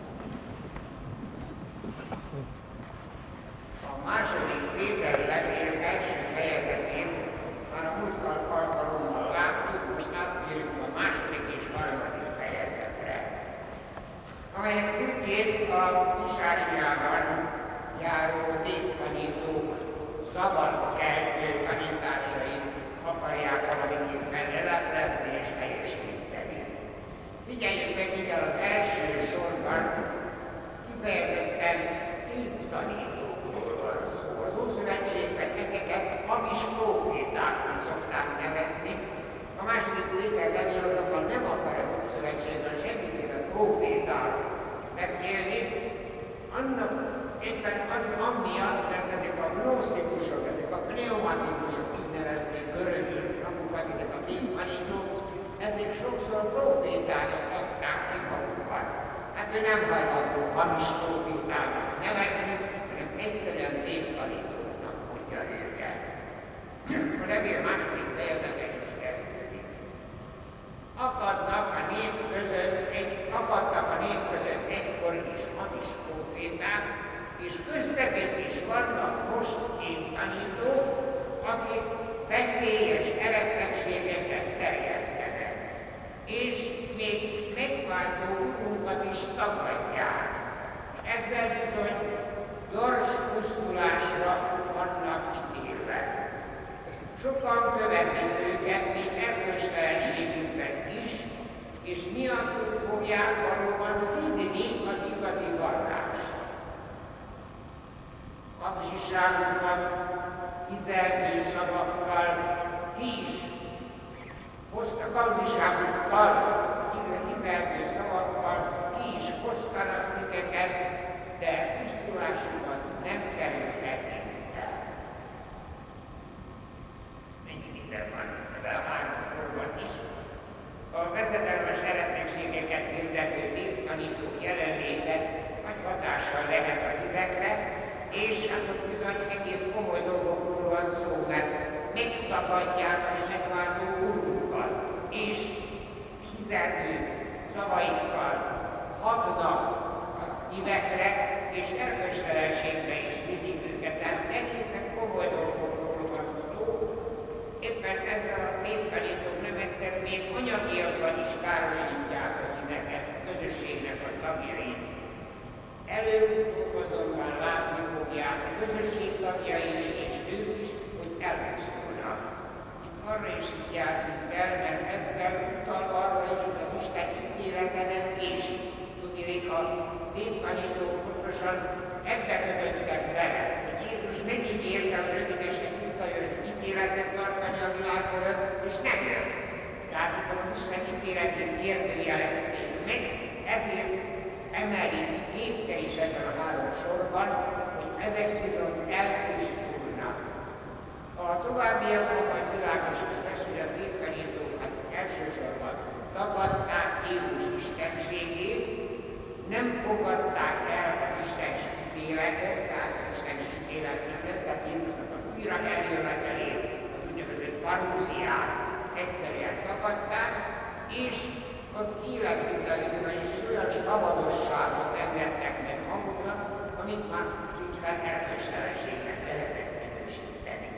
S1: A második Péter levél első fejezetén már a múlt alkalommal láttuk, most átérünk a második és harmadik fejezetre, amelyek főként a Kis-Ázsiában járó néptanítók zavarba keltő tanításait akarják valamiképpen leleplezni és helyesíteni. Figyeljük meg, igen, az első sorban kifejezetten néptanítókról van szó. Az Ószövetségben ezeket hamis prófétáknak szokták nevezni. A második Péter levél azonban nem akar az Ószövetségben semmiféle prófétáról beszélni, annak éppen az amiatt, mert ezek a gnosztikusok, ezek a pneumatikusok, így nevezték görögül magukat, ezek a néptanítók, ezek sokszor profétának adták ki magukat. Hát ő nem hajlandó hamis profétának nevezni, hanem egyszerűen néptanítóknak mondja őket. A levél második fejezete is kezdődik. Akadnak a nép között egy, akadtak a nép között egykor is hamis proféták, és köztetek is vannak most néptanítók, akik veszélyes eretlenségeket terjesztenek, és még megváltó urunkat is tagadják. Ezzel bizony gyors pusztulásra vannak ítélve. Sokan követik őket még erkölcstelenségükben is, és miattuk fogják valóban szídni az igazi vallást. Kapzsiságukat, izelgő szavakkal ki is hoztak, kapzsiságukkal, izelgő szavakkal ki is hoztanak titeket, de pusztulásukat nem kerülhetnék el. Mennyi minden van ebben a három sorban is. A veszedelmes eretnekségeket hirdető néptanítók jelenléte nagy hatással lehet a hívekre, és hát ott bizony egész komoly dolgokról van szó, mert megtagadják a megváltó urunkat, és hizelgő szavaikkal hatnak a hívekre, és erkölcstelenségbe is viszik őket, tehát egészen komoly dolgokról van szó. Éppen ezzel a néptanítók nem egyszer még anyagiakban is károsítják a híveket, a közösségnek a tagjait. Előbb-utóbb azonban látni fogják a közösség tagjai is, és ők is, hogy elpusztulnak. Itt arra is vigyázzunk kell, mert ezzel utal arra is, hogy az Isten ítélete nem késik. Tudnék, a néptanítók pontosan ebbe kötöttek bele, hogy Jézus megint ítéletét kérdőjelezték meg, ezért emelik kétszer is ebben a három sorban, hogy ezek bizony elpusztulnak. A továbbiakban majd világos is lesz, hogy a tévtanítókat elsősorban tagadták Jézus istenségét, nem fogadták el az isteni ítéletet, tehát az isteni ítélet nem lesz, tehát Jézusnak a újra eljövetelét, az úgynevezett parúziát egyszerűen tagadták, és az életviteli is egy olyan szabadosságot engedtek meg maguknak, amit már szinte erkölcstelenségnek lehetett minősíteni.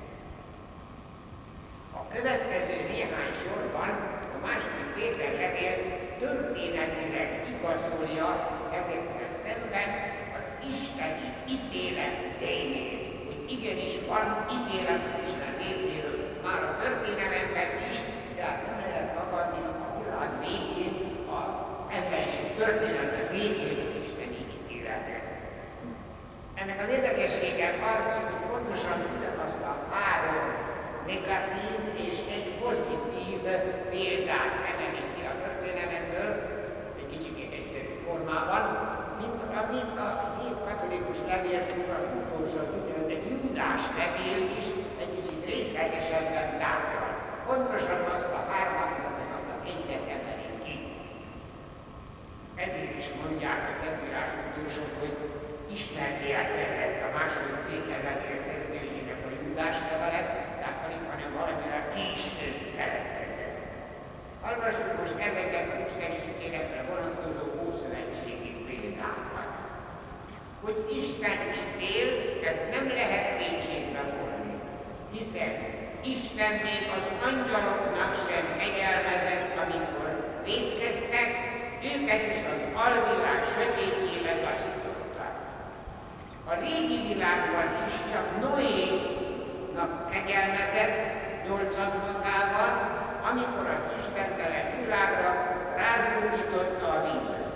S1: A következő néhány sorban a második Péter levél történetileg igazolja ezekkel szemben az isteni ítélet tényét, hogy igenis van ítélet Isten részéről már a történelemben is, tehát nem lehet tagadni a világ végén, az emberiség történelme végén az isteni ítéletet. Ennek az érdekessége az, hogy pontosan ugyanazt a három negatív és egy pozitív példát emelik ki a történelemből, egy kicsit egyszerű formában, mint amit a hét katolikus levél, az utolsó úgynevezett Júdás levél is egy kicsit részletesebben tárgyal. Pontosan azt a hármat, azt az egyet emelik ki. Ezért is mondják a Szentírás tudósok, hogy Isten értelmezett a második Péter levél szerzőjének a Júdás levelet, tehát alig, hanem valamire később keletkezett. Hallgassuk most ezeket az isteni ítéletre vonatkozó ószövetségi példákat. Hogy Isten ítél, ezt nem lehet kétségbe vonni, hiszen Isten még az angyaloknak sem kegyelmezett, amikor vétkeztek, őket is az alvilág sötétjébe taszította. A régi világban is csak Noénak kegyelmezett nyolcadmagával, amikor az istentelen világra rázúdította a vízet.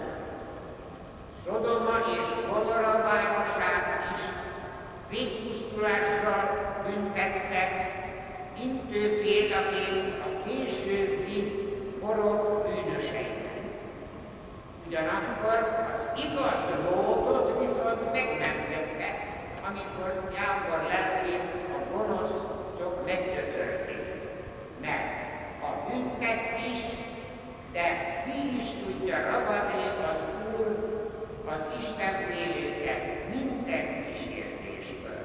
S1: Szodoma és Gomorra városát is végpusztulással büntettek, intő példaként a későbbi korok bűnöseinek. Ugyanakkor az igaz Lótot viszont megmentette, amikor Jákor lelkén a gonoszok meggyötörték. Mert a büntet is, de ki is tudja ragadni az Úr az Isten félőket minden kísértésből.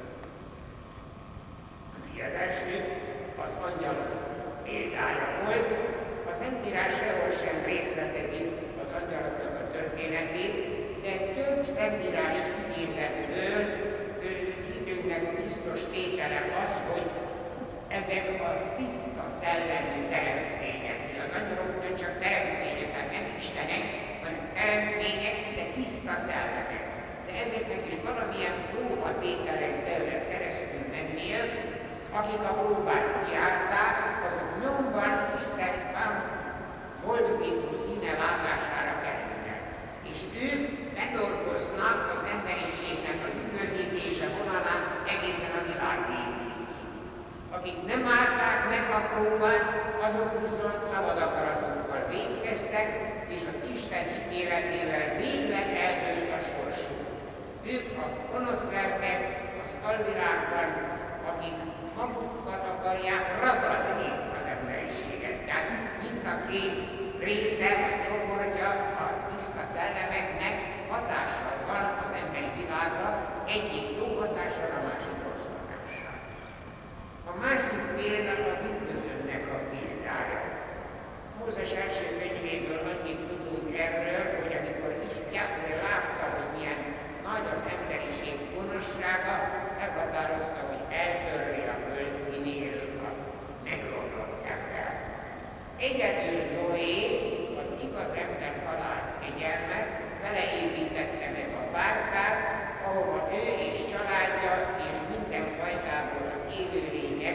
S1: Az első az angyalok példája volt. A Szentírás sehol sem részletezi az angyaloknak a történetét, de több Szentírás idézetből időnknek biztos tétele az, hogy ezek a tiszta szellemű teremtmények. Az angyalok nem csak teremtmények, tehát nem istenek, hanem teremtmények, de tiszta szellemek. De ezeknek is valamilyen próbatételen kellett keresztül mennie, akik a próbát kiállták, azok nyomban Isten boldogító színe látására kerülnek. És ők bedolgoznak az emberiségnek a üdvözítése vonalán egészen a világ végéig. Akik nem állták meg a próbát, azok viszont szabad akaratukkal vétkeztek, és az Isten ítéletével végleg eldőlt a sorsuk. Ők a gonosz lelkek az alvilágban, akik magukat akarják ragadni az emberiséget. Tehát mind a két része, vagy csoportja a tiszta szellemeknek hatással van az emberi világra, egyik jó hatással, a másik rossz hatással. A másik példa a bűnözőnek a példája. Mózes első könyvéből annyit tudunk erről, hogy amikor Jákvé látta, hogy milyen nagy az emberiség gonoszsága, meghatározta, hogy eltörli a föld színéről a megromlott ember. Egyedül Noé, az igaz ember talált kegyelmet, beleépítette meg a bárkát, ahova ő és családja és minden fajtából az élőlények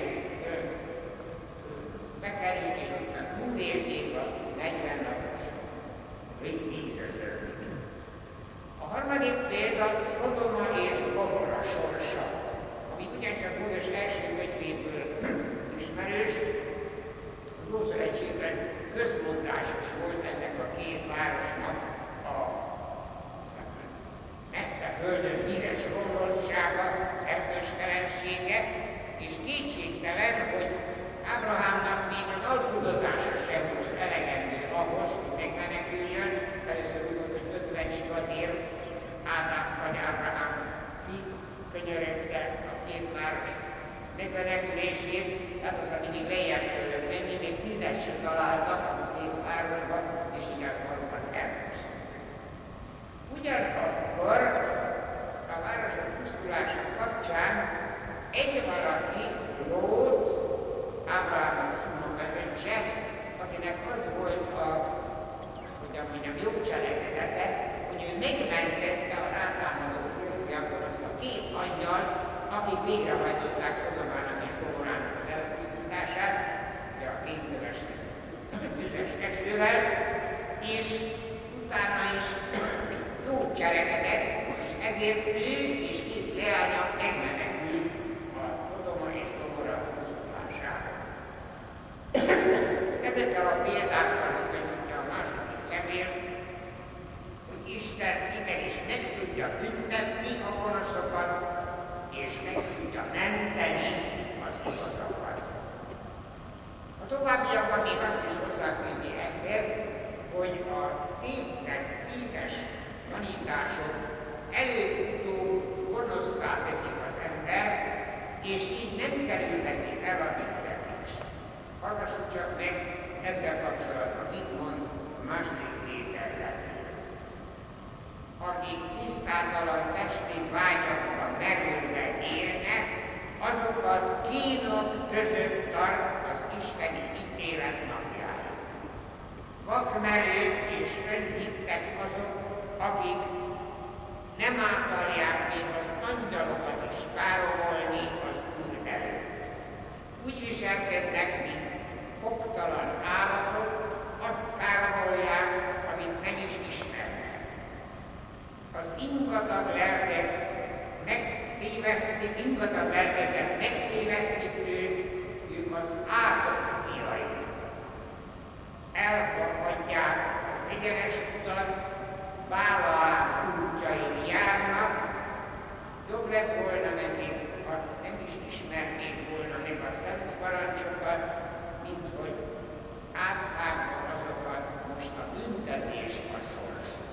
S1: bekerült, és ott túlélték a negyven napos vízözőt. A harmadik példa Szodoma és Gomorra sorsa, ami ugyancsak Mózes első könyvéből ismerős, az Ószövetségben közmondás kétségtelen, hogy Ábrahámnak még az alkudozása sem volt elegendő ahhoz, hogy megmeneküljön. Először úgy volt, hogy ötven év azért Ádám vagy Ábrahám könyörögte a két város megmenekülését, tehát aztán mindig lejjebb kellett menni, még tízes sem találtak a két városban, és így az valóban elpusztult. Ugyanakkor a városok pusztulása kapcsán egy valaki, Lót, Ábrahámnak az unokaöccse, akinek az volt a, hogy mondjam, jó cselekedete, hogy ő megmentette a rátámadó férfiakból azt a két angyal, akik végrehajtották Szodomának és Gomorának az elpusztítását, de a kényszeres tüzes esővel, és utána is jó cselekedett, és ezért ő és két leánya megmenekült a Szodoma és Gomorra pusztulására. Ezekkel a példákkal bizonyítja a második levél, hogy Isten igenis meg tudja büntetni a gonoszokat, és meg tudja menteni az igazakat. A továbbiakban még azt is hozzáfűzi ehhez, hogy a tévnek téves tanítások előbb-utóbb gonoszszá teszik az embert, és így nem kerülheti el a büntetést. Hallgassuk csak meg ezzel kapcsolatban, mit mond a második Péter. Akik tisztátalan testi vágyakban merülve élnek, azokat kínok között tart az isteni ítélet napjára. Vakmerők és önhittek azok, akik nem akarják még az angyalokat is káromolni az Úr előtt. Úgy viselkednek, mint fogtalan állatok, azt káromolják, amit nem is ismernek. Az ingatag lelkek megtévesztik, ingatag lelkeket megtévesztik ők, ők az átok fiai. Elhagyják az egyenes utat, Bálaám útjain járnak, jobb lett volna nekik, ha nem is ismernék volna meg a szent parancsokat, mint hogy áthágva azokat most a büntetés a sorsuk.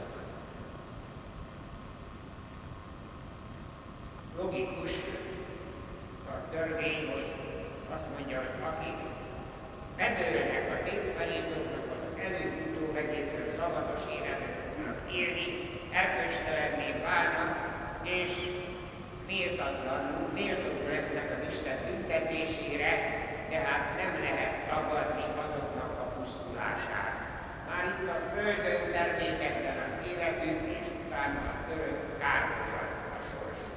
S1: Logikus a törvény, hogy azt mondja, hogy akik bedőlnek a tévtanítóknak, az előbb-utóbb egészen szabados életet tudnak élni, erkölcstelenné válnak, és méltatlanul, méltók lesznek az Isten büntetésére, tehát nem lehet tagadni azoknak a pusztulását. Már itt a földön terméketlen az életük, és utána az örök kárhozat a sorsuk.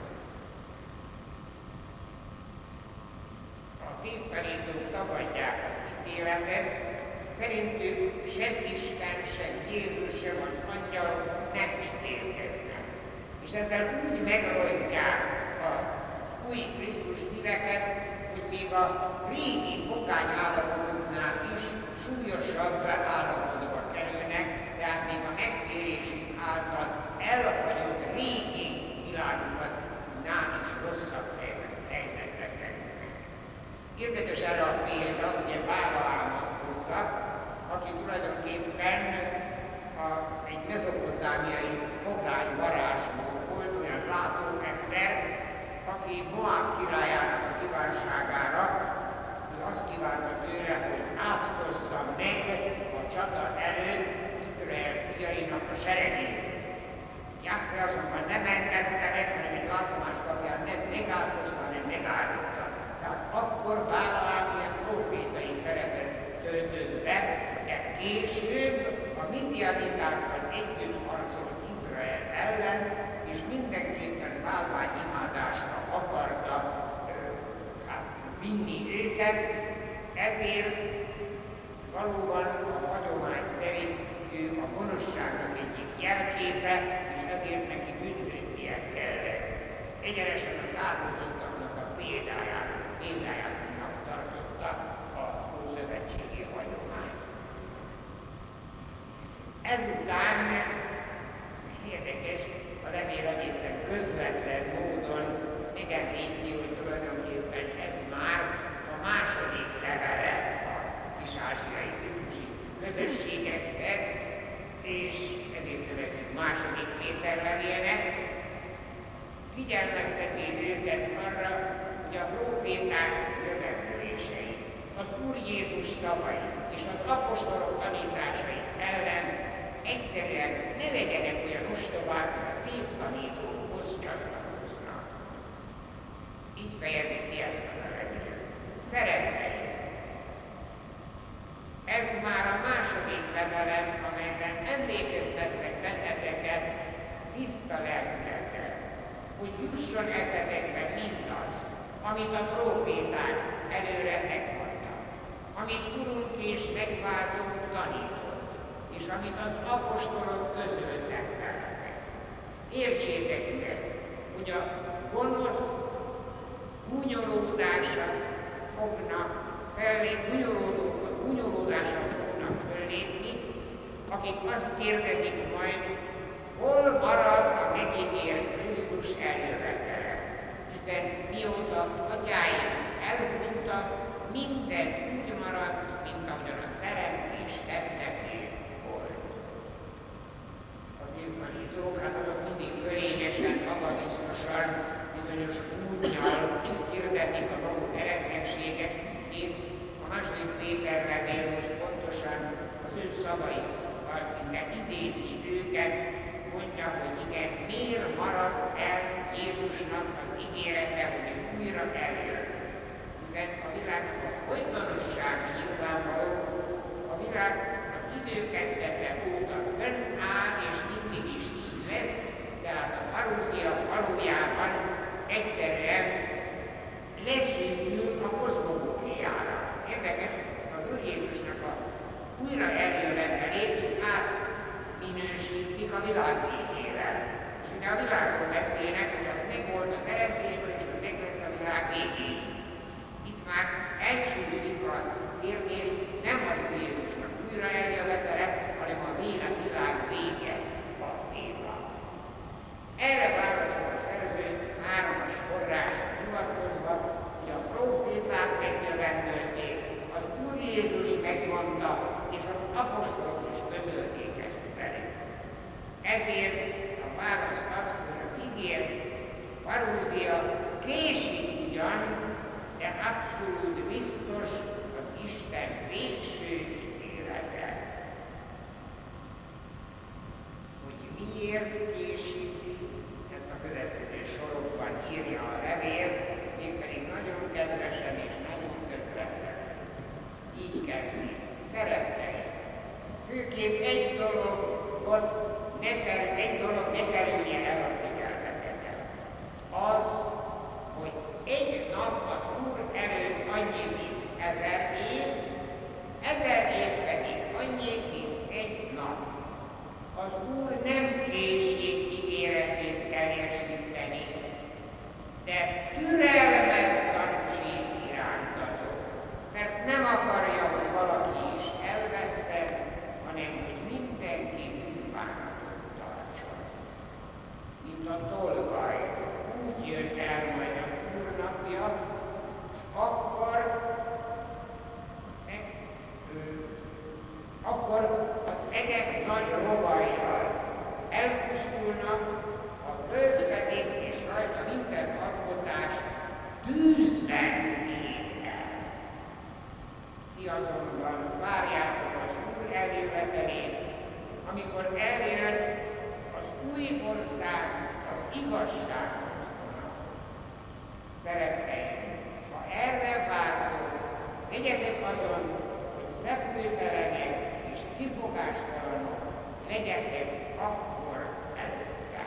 S1: A tévtanítók tagadják az ítéletet, szerintük sem Isten, sem Jézus, sem az angyalok nem ítélkeznek. És ezzel úgy megrontják a új Krisztus híveket, hogy még a régi pogány állapotoknál is súlyosabb állapotokba kerülnek, tehát még a megtérésük által elhagyott régi világukat nál is rosszabb helyzetbe kerülnek. Érdekes erre a példa, ugye Bálaámot hoztak, aki tulajdonképpen a, egy mezopotámiai pogány varázsló volt, olyan látó ember, aki Moab királyának a kívánságára, ő azt kívánta tőle, hogy átkozza meg a csata előtt Izrael fiainak a seregét. Jahve azonban nem engedte meg, hanem egy látomás kapján nem megátkozta, hanem megállította. Tehát akkor Bálaám ilyen profétai szerepet töltött be, de később a midianitákkal együtt harcolt Izrael ellen, és mindenképpen bálványimádásra akarta hát, vinni őket, ezért valóban a hagyomány szerint ő a gonoszságnak egyik jelképe, és ezért neki bűnhődnie kellett. Egyenesen a kárhozottaknak a példáját, példájának tartotta a ószövetségi hagyomány. Ezután érdekes, a levél egészen közvetlen módon megemlíti, hogy tulajdonképpen ez már emlékeztet arra, hogy a próféták jövendőlései, az Úr Jézus szavai és az apostolok tanításai ellen egyszerűen ne legyenek olyan ostobák, hogy a tévtanítókhoz csatlakoznak. Így fejezik ki ezt az a levél. Szeretteim! Ez már a második levelem, amelyben emlékeztetlek benneteket tiszta lelkületre, hogy jusson eszetekbe mindaz, amit a próféták előre megmondtak, amit Urunk és megváltunk tanított, és amit az apostolok közöltek veletek. Értsétek meg, hogy a gonosz gúnyolódása fognak fellépni, gúnyolódása fognak fellépni, akik azt kérdezik majd, hol marad a megígért Krisztus eljövetele, hiszen mióta atyáink elhunytak, minden úgy maradt, mint ahogyan a teremtés kezdetén volt. A tévtanítók, hát azok mindig fölényesen, magabiztosan, bizonyos útnyal hirdetik a maguk eredménységet. Itt a második Péter levél most pontosan az ő szavaikkal szinte idézi őket, mondja, hogy igen, miért maradt el Jézusnak az ígérete, hogy újra eljön. Hiszen a világnak a folytonossága nyilvánvaló, a világ az időkezdete óta fönnáll, és mindig is így lesz, tehát a parózia valójában egyszerűen leszűkül a kozmogóniára. Érdekes, az Úr Jézusnak a újra eljövetelét átminősítik a világ végével. És ugye a világról beszélnek, hogy meg volt a teremtéskor, és hogy meg lesz a világ végéig. Itt már elcsúszik a kérdés, nem az Úr Jézusnak újra eljövetele, hanem a világ vége a téma. Erre válaszol a szerző hármas forrásra hivatkozva, hogy a próféták megjövendölték, az Úr Jézus megmondta, és az apostolok is közölték ezt velük. Ezért a válasz az, hogy az ígért parózia késik ugyan, de abszolút biztos az Isten végső ítélete. Hogy miért késik, ezt a következő sorokban írja a levél, mégpedig nagyon kedvesen és nagyon közvetlen. Így kezdi. Szeretteim, főképp egy dolog, ott ne ter, egy dolog ne terülje el a figyelmeteket. Az, hogy egy nap az Úr előtt annyi, mint ezer év, ezer év pedig annyi, mint egy nap. Az Úr nem késik ígéretét teljesíteni, de türelmet tanúsít irántatok, mert nem akarja, hogy valaki is elvesszen, hanem hogy mindenki bűnbánatot tartson. Mint a tolvaj, úgy jön el majd az Úr napja, és akkor, meg, ő, akkor az egek nagy rovajjal elpusztulnak, a föld pedig és rajta minden alkotás tűzben ég el. Ti azonban várjátok az Úr eljövetelét, amikor eljön az új ország, az igazság. Szeretteim, ha erre vártok, legyetek azon, hogy szeptőtelenek és kifogástalanok legyetek akkor előtte.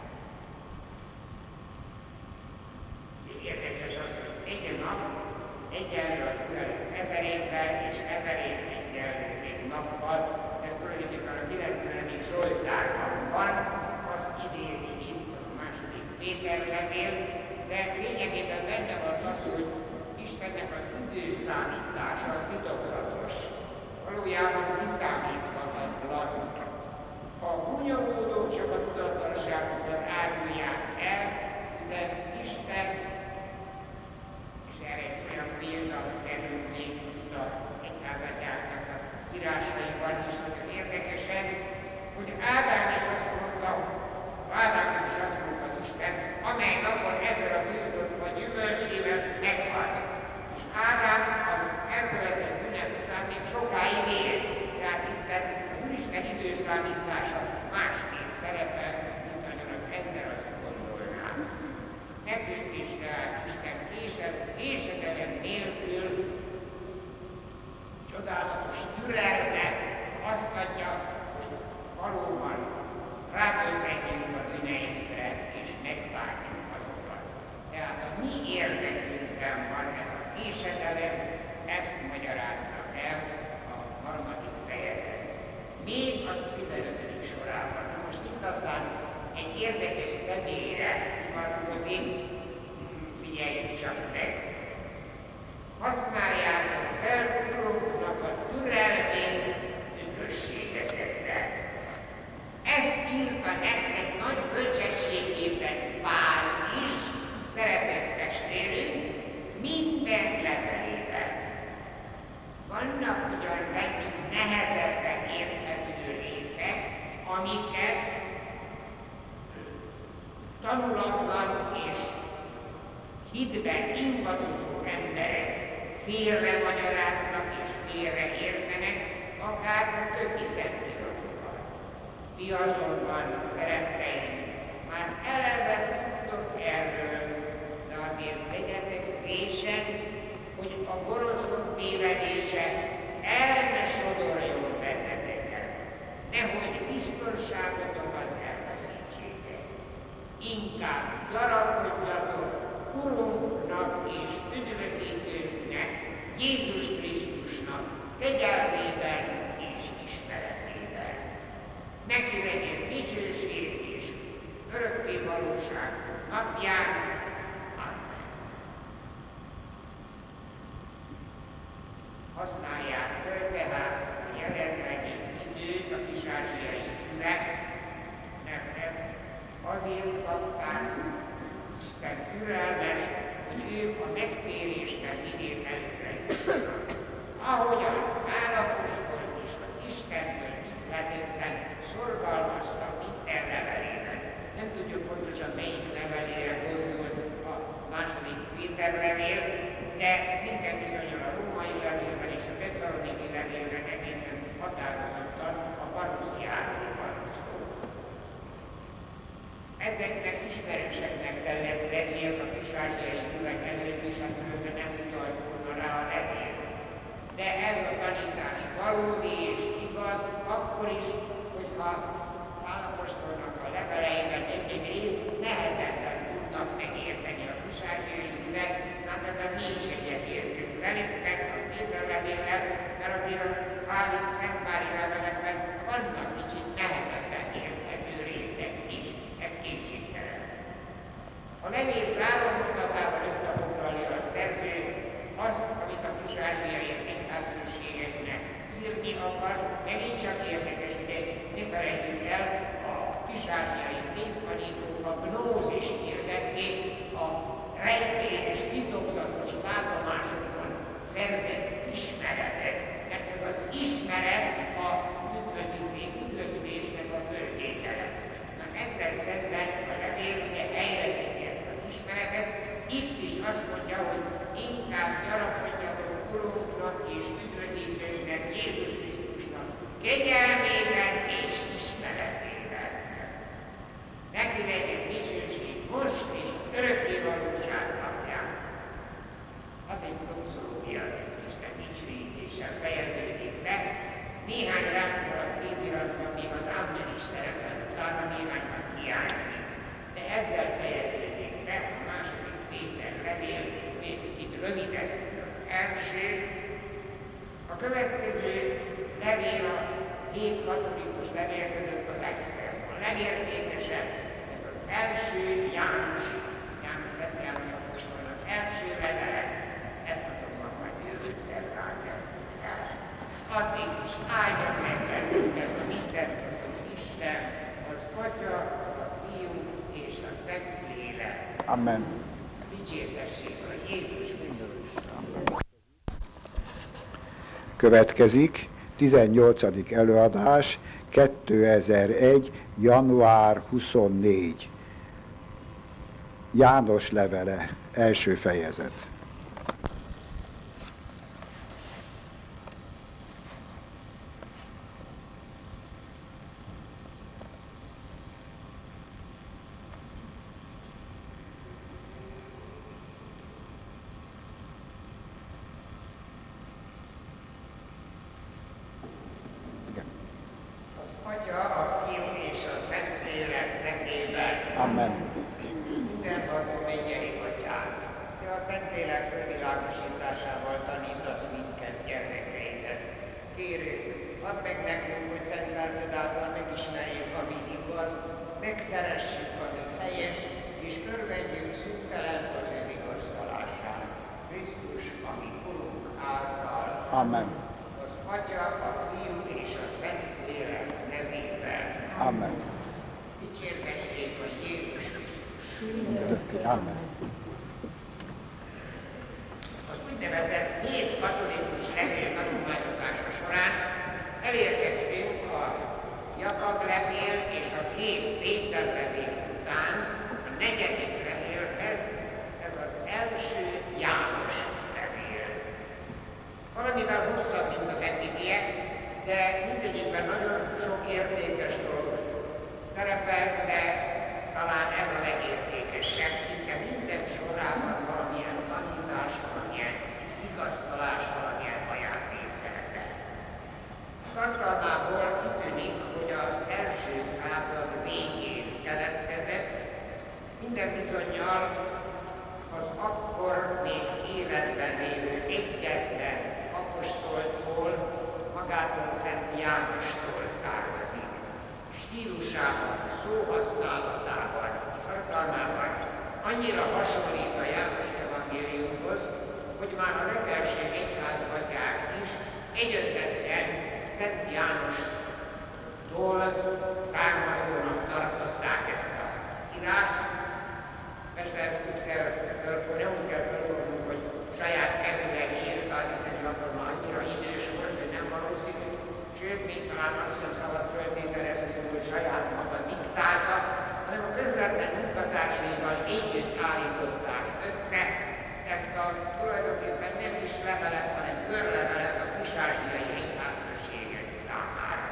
S1: Érdekes az, hogy egy nap egyenlő az Úr előtt ezer évvel, és ezer év egyenlő egy nappal. Ez tulajdonképpen a kilencvenedik Zsoltárban van, azt idézi itt a második Péter levél, de lényegében benne van az, hogy Istennek az időszámítása az titokzatos. Valójában kiszámíthatatlan. A gúnyolódók csak a tudatlanságukat árulják el, hiszen Isten, és erre egy olyan példa kerül még a egyházatyáknak a írásaiban is nagyon érdekesen, hogy Ádám is azt mondta, Ádám is azt mondta az Isten, amely napon ezzel a bűnöt vagy meggyőződésre állt Isten késedelem nélkül, csodálatos türelme azt adja, hogy valóban rádöbbenjünk a bűneinkre, és megvárjunk azokat. Tehát a mi érdekünkben van ez a késedelem, ezt magyarázza el a harmadik fejezet. Még a tizenötödik sorában. Na most itt aztán egy érdekes személyre hivatkozik, figyeljük csak meg. Használjátok fel urunknak a türelmét, üdvösségetekre. Ezt írta nektek nagy bölcsességében Pál is, szeretett testvérünk, minden levelében. Vannak ugyan bennük nehezebben érthető részek, amiket tanulatlan és hitben ingadozó emberek félre magyaráznak és félre értenek, akár a többi szentíratokat. Ti azonban, szeretteim, már eleve tudtok erről, de azért tegyetek résen, hogy a gonoszok tévedése el ne sodorjon benneteket, nehogy biztonságotokat elveszítsétek. Inkább gyarapodjatok Urunknak és üdvözítőnknek, Jézus Krisztusnak kegyelmében és ismeretében. Neki legyen dicsőség és örökké valóság napján. Amen. Használják föl tehát a jelenlegi időt a kis-ázsiai üveg, mert ezt azért kapták, Isten türelmes, hogy ők a megtérésben minél előre jussanak. Ahogyan Pál apostol is az Istentől ihletetten szorgalmazta minden levelében. Nem tudjuk pontosan melyik levelére gondol a második Péter levél, de minden bizonnyal a római levélben és a tesszaloniki levélben egészen határozottan a parousiáról van szó. Ezeknek ismerőseknek kellett lennie a kis-ázsiai üveg előtt, és hát különben nem utalt volna rá a levél. De ez a tanítás valódi és igaz, akkor is, hogyha Pál apostolnak a leveleiben egy-egy részt nehezebben tudnak megérteni a kis-ázsiai üveg, hát ebben mi is egyetértünk velük, meg a Péter levéllel, mert azért a Páli, Szentpáli levelekben vannak kicsit nehezebben érthető részek is, ez kétségtelen. A levél záró mondatában összefoglalja a szerző azt, amit a kis-ázsiai diktátorségeknek írni akar, megint csak érdekes, ugye ne felejtjük el, a kis-ázsiai tévtanítók a gnózist hirdették, a rejtélyes, titokzatos látomásokon szerzett ismeretet, mert ez az ismeret a üdvözíték, üdvözülésnek a föltétele. Na ezzel szemben a levél ugye helyre teszi ezt az ismeretet, itt is azt mondja, hogy inkább gyarapodjatok Urunknak és üdvözítőnknek, Jézus Krisztusnak kegyelmében és ismeretében. Neki legyen dicsőség most és örökké valóság napján. Hadd egy doxológia Isten dicsőítéssel fejeződik be. Néhány rámaradt kéziratban még az Amen is szerepel, utána néhányat hiányzik. De ezzel fejeződik be a második Péter levél, még kicsit rövidebb, az első. A következő levél a hét katolikus levél között a legszebb, a legértékesebb. Ez az első János, János lett János apostolnak első levele, ezt azonban majd ősszel rágyasztunk el. Addig is áldja meg bennünket a mindenható Isten, az Atya, a Fiú és a Szentlélek.
S3: Amen.
S1: Dicsértessék a Jézus Krisztus.
S3: Következik tizennyolcadik előadás, kétezer-egy. január huszonnégy. János levele, első fejezet.
S1: Szentlélek fölvilágosításával tanítasz minket, gyermekeidet. Kérünk, add meg nekünk, hogy szent lelked által megismerjük, ami igaz, megszeressük, ami helyes, és örvendjünk szüntelen az ő vigasztalásán. Krisztus, ami Urunk által.
S3: Amen.
S1: Az Atya, a Fiú és a Szentlélek nevében.
S3: Amen.
S1: Dicsérgessék a Jézus Krisztus.
S3: Mindörökké. Amen.
S1: Az úgynevezett hét katolikus levél tanulmányozása során elérkeztünk a Jakab levél és a két Péter levél után a negyedik levélhez, ez az első János levél. Valamivel hosszabb, mint az eddigiek, de mindegyikben nagyon sok értékes dolog szerepel, de talán ez a legértékesebb, szinte minden sorában valamilyen tanítás, valamilyen vigasztalás, valamilyen ajándék szerepel. Tartalmából kitűnik, hogy az első század végén keletkezett, minden bizonnyal az akkor még életben lévő egyetlen apostoltól, magától Szent Jánostól származik. Stílusában, szóhasználatában, tartalmában annyira hasonlít a János evangéliumhoz, hogy már a legelső egyházatják is egyöntetűen Szent Jánostól származónak tartották ezt a írást. Persze ezt úgy kell fölfogni, nem úgy kell fölfogni, hogy saját kezüleg írta, hiszen akkor már annyira idős volt, hogy nem valószínű, sőt, még talán azt sem szabad föltételezni, hogy saját maga diktálta, hanem a közvetlen munkatársaival együtt állították össze ezt a tulajdonképpen nem is levelet, hanem körlevelet a kis-ázsiai egyházközségek számára.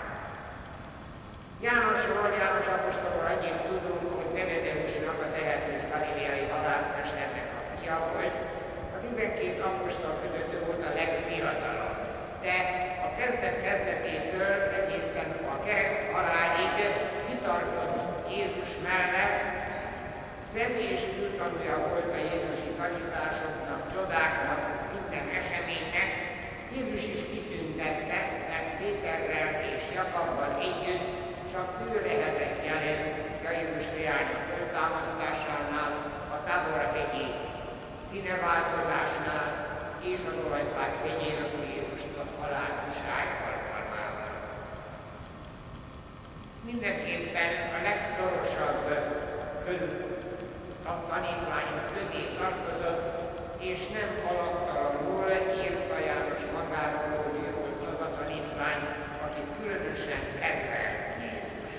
S1: Jánosról, János apostolról annyit tudunk, hogy Zebedeusnak, a tehetős galileai halászmesternek a fia volt. A tizenkét apostol között ő volt a legfiatalabb, de a kezdet-kezdetétől egészen a kereszt halálig kitartott Jézus mellett, személy és fültanúja volt a jézusi tanításoknak, csodáknak, minden eseménynek. Jézus is kitüntette, mert Péterrel és Jakabbal együtt csak ő lehetett jelen Jairus leánya föltámasztásánál, a Tábor-hegyi színeváltozásnál és az olajfát hegyén az Úr Jézusnak haláltuság alkalmával. Mindenképpen a legszorosabb a tanítványok közé tartozott, és nem alaptalanul írta János magáról, hogy ő volt az a tanítvány, akit különösen kedvelt Jézus.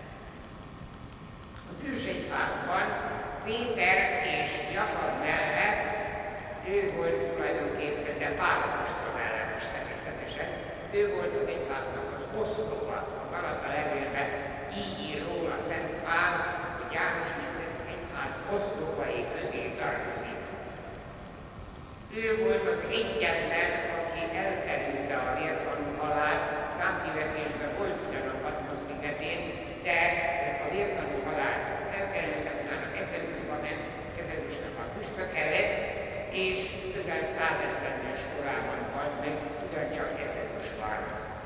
S1: Az ősegyházban Péter és Jakab mellett ő volt tulajdonképpen, de Pál apostol mellett is természetesen, ő volt az egyháznak az oszlopa. A Galata levélben így ír róla Szent Pál, hogy János is az egyház oszlopai közé tartozik. Ő volt az egyetlen, aki elkerülte a vértanú halált, számkivetésben volt ugyan a Patmos szigetén, de a vértanú halált elkerülte, utána Efezusba ment, Efezusnak a püspöke lett, és közel százesztendős korában halt meg, ugyancsak Efezusban.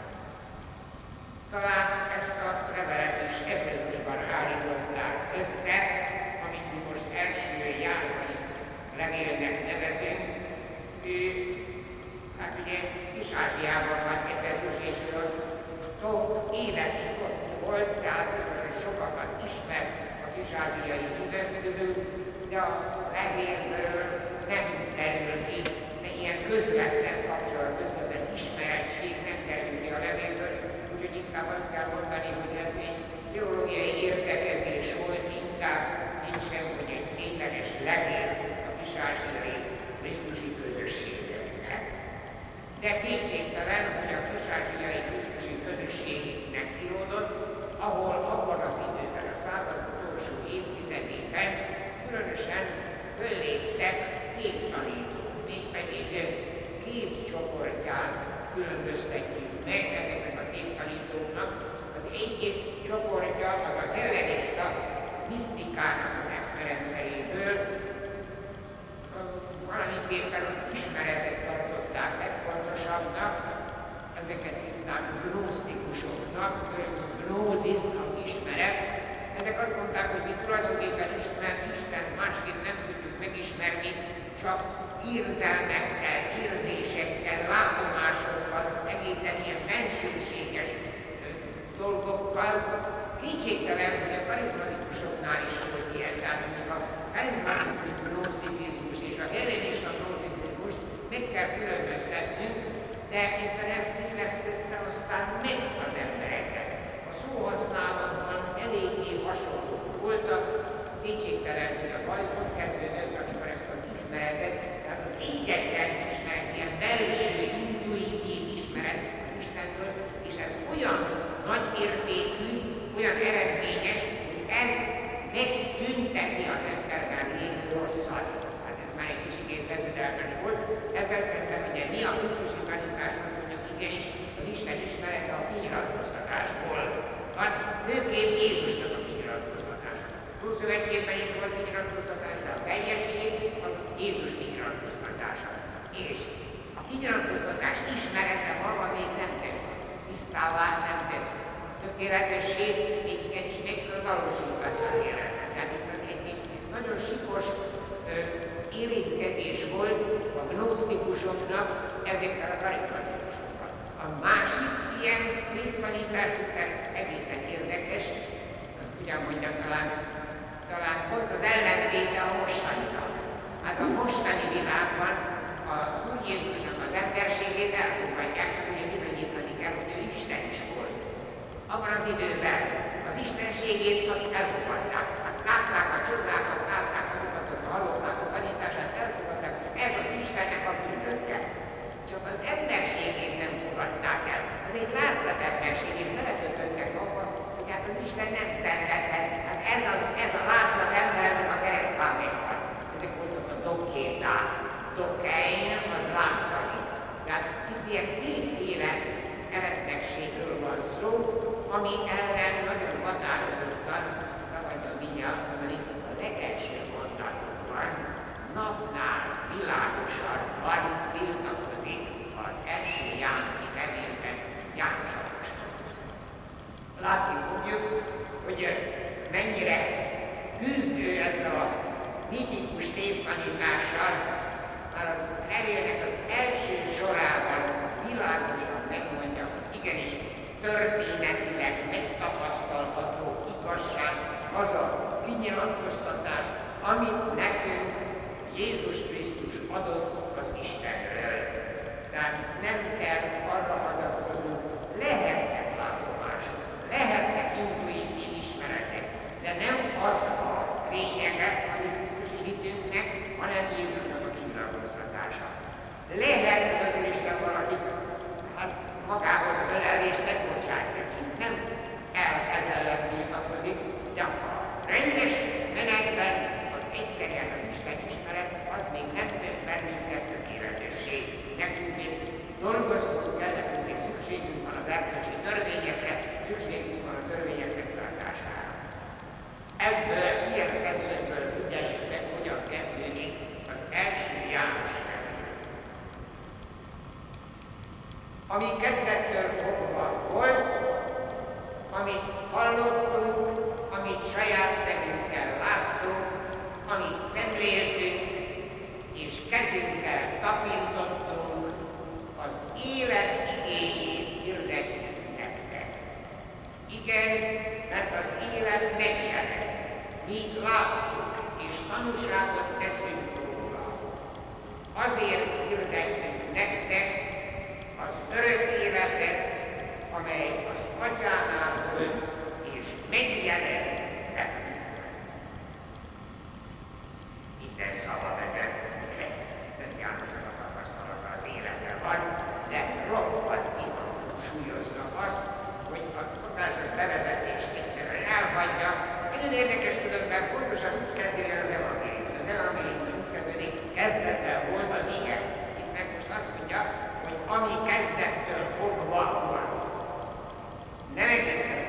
S1: Talán ezt a levelet is Efezusban állították össze, amit mi most első János levélnek nevezünk. Ő, hát ugye Kis-Ázsiában van Efezus, és ő ott évekig ott volt, tehát biztos, hogy sokakat ismer a kis-ázsiai hívek közül, de a levélből nem derül ki, de ilyen közvetlen kapcsolat, közvetlen ismeretség nem derül ki a levélből, úgyhogy inkább azt kell mondani, hogy ez egy teológiai értekezés volt, inkább nincs sem, hogy egy tényleges levél a kis-ázsiai krisztusi közösségeknek. De kétségtelen, hogy a kis-ázsiai krisztusi közösségnek íródott, ahol abban az időben, a század utolsó évtizedében különösen fölléptek képtanítók, mégpedig két csoportját különböztetjük meg ezeknek a képtanítóknak. Az egyik csoportja az a hellenista misztikának az eszmerendszeréből, valami Tulajdonképpen az ismeretet tartották legfontosabbnak, ezeket hívták gnósztikusoknak, gnózis az ismeret. Ezek azt mondták, hogy mi tulajdonképpen ismert Isten másképp nem tudjuk megismerni, csak érzelmekkel, érzésekkel, látomásokkal, egészen ilyen bensőséges dolgokkal. Kétségtelen, hogy a karizmatikusoknál is volt ilyen, tehát mondjuk a karizmatikus gnoszticizmus és a hellenista gnoszticizmus meg kell különböztetnünk, de éppen ezt tévesztette aztán meg az embereket. A szóhasználatban eléggé hasonlók voltak, kétségtelen, hogy a baj ott kezdődött, amikor ezt az ismeretet, tehát az egyetlen ismeret, ilyen belső, intuitív ismeret az Istenről, és ez olyan nagy értékű, olyan eredményes, hogy ez megszünteti az emberben lévő rosszat. Hát ez már egy kicsit veszedelmes volt. Ezzel szerintem ugye mi a Krisztusi tanítás, azt mondjuk igenis, az Isten ismerete a kinyilatkoztatásból van, főképp Jézusnak a kinyilatkoztatása. Ószövetségben is volt kinyilatkoztatás, de a teljesség az Jézus kinyilatkoztatása. És a kinyilatkoztatás ismerete maga még nem tesz tisztává, nem tesz tökéletessé, még igenis meg kell valósítani az életet. Tehát itt egy, egy nagyon sikos ö, érintkezés volt a gnósztikusoknak ezekkel a karizmatikusokkal. A másik ilyen léttanítás után egészen érdekes, ugyan mondjam, talán, talán pont az ellentéte a mostaninak. Hát a mostani világban a Úr Jézusnak az emberségét elfogadják, hogy ugye bizonyítani kell, hogy ő Isten is volt. Abban az időben az istenségét elfogadták. Hát látták a csodákat, látták a nyugatot, a halották a tanítását, elfogadták, ez az Istennek a küldötte. Csak az emberségét nem fogadták el. Ez egy látszat emberség, és beletöltöttek abban, hogy hát az Isten nem szenvedhet. Hát ez a, ez a látszat embernek a keresztfán megvan. Ezek voltak a dokéták. Dokein az látszani. Tehát itt ilyen kétféle eretnekségről van szó, ami ellen nagyon határozottan, szabadjon mindjárt mondani, a legelső mondatokban napnál világosabban tiltakozik az első János levélben János apostol. Látni fogjuk, hogy mennyire küzdő ezzel a mitikus tévtanítással, már az levélnek az első sorában világosan megmondja, hogy igenis történetileg megtapasztalható igazság az a kinyilatkoztatás, amit nekünk Jézus Krisztus adott az Istenről. Tehát nem kell arra hagyatkoznunk, lehetnek látomások, lehetnek intuitív ismeretek, de nem az a lényege, amit Krisztusi hitünknek, hanem Jézusnak a kinyilatkoztatása. Lehet, hogy az Úristen valakit hát magához ölel és megbocsát neki. Nem el ezzel tiltakozik, de a rendes menetben az egyszerűen az Isten ismeret, az még nem tesz bennünket tökéletessé. Nekünk még dolgoznunk kell, nekünk még szükségünk van az erkölcsi törvényekre, szükségünk van a törvények megtartására. Ebből ilyen szemszögből figyeljük meg, hogyan kezdődik az első János levél. Ami kezdettől fogva volt, amit hallottunk, amit saját szemünkkel láttunk, amit szemléltünk, és kezünkkel tapintottunk, az élet igéjét hirdettük nektek. Igen, mert az élet megjelent. Mi láttuk, és tanúságot teszünk róla. Azért hirdettük nektek az örök életet, amely az Atyánál volt, és megjelent nekünk. Minden szava vezet, Szent Jánosnak a tapasztalata az élete van, de roppant bizonyos súlyozza azt, hogy a szokásos bevezetést egyszerűen elhagyja. Nagyon érdekes különben, pontosan úgy kezdődik az evangélium. Az evangélium úgy kezdődik, kezdetben volt az ige. Itt meg most azt mondja, hogy ami kezdettől fogva volt. Nem egészen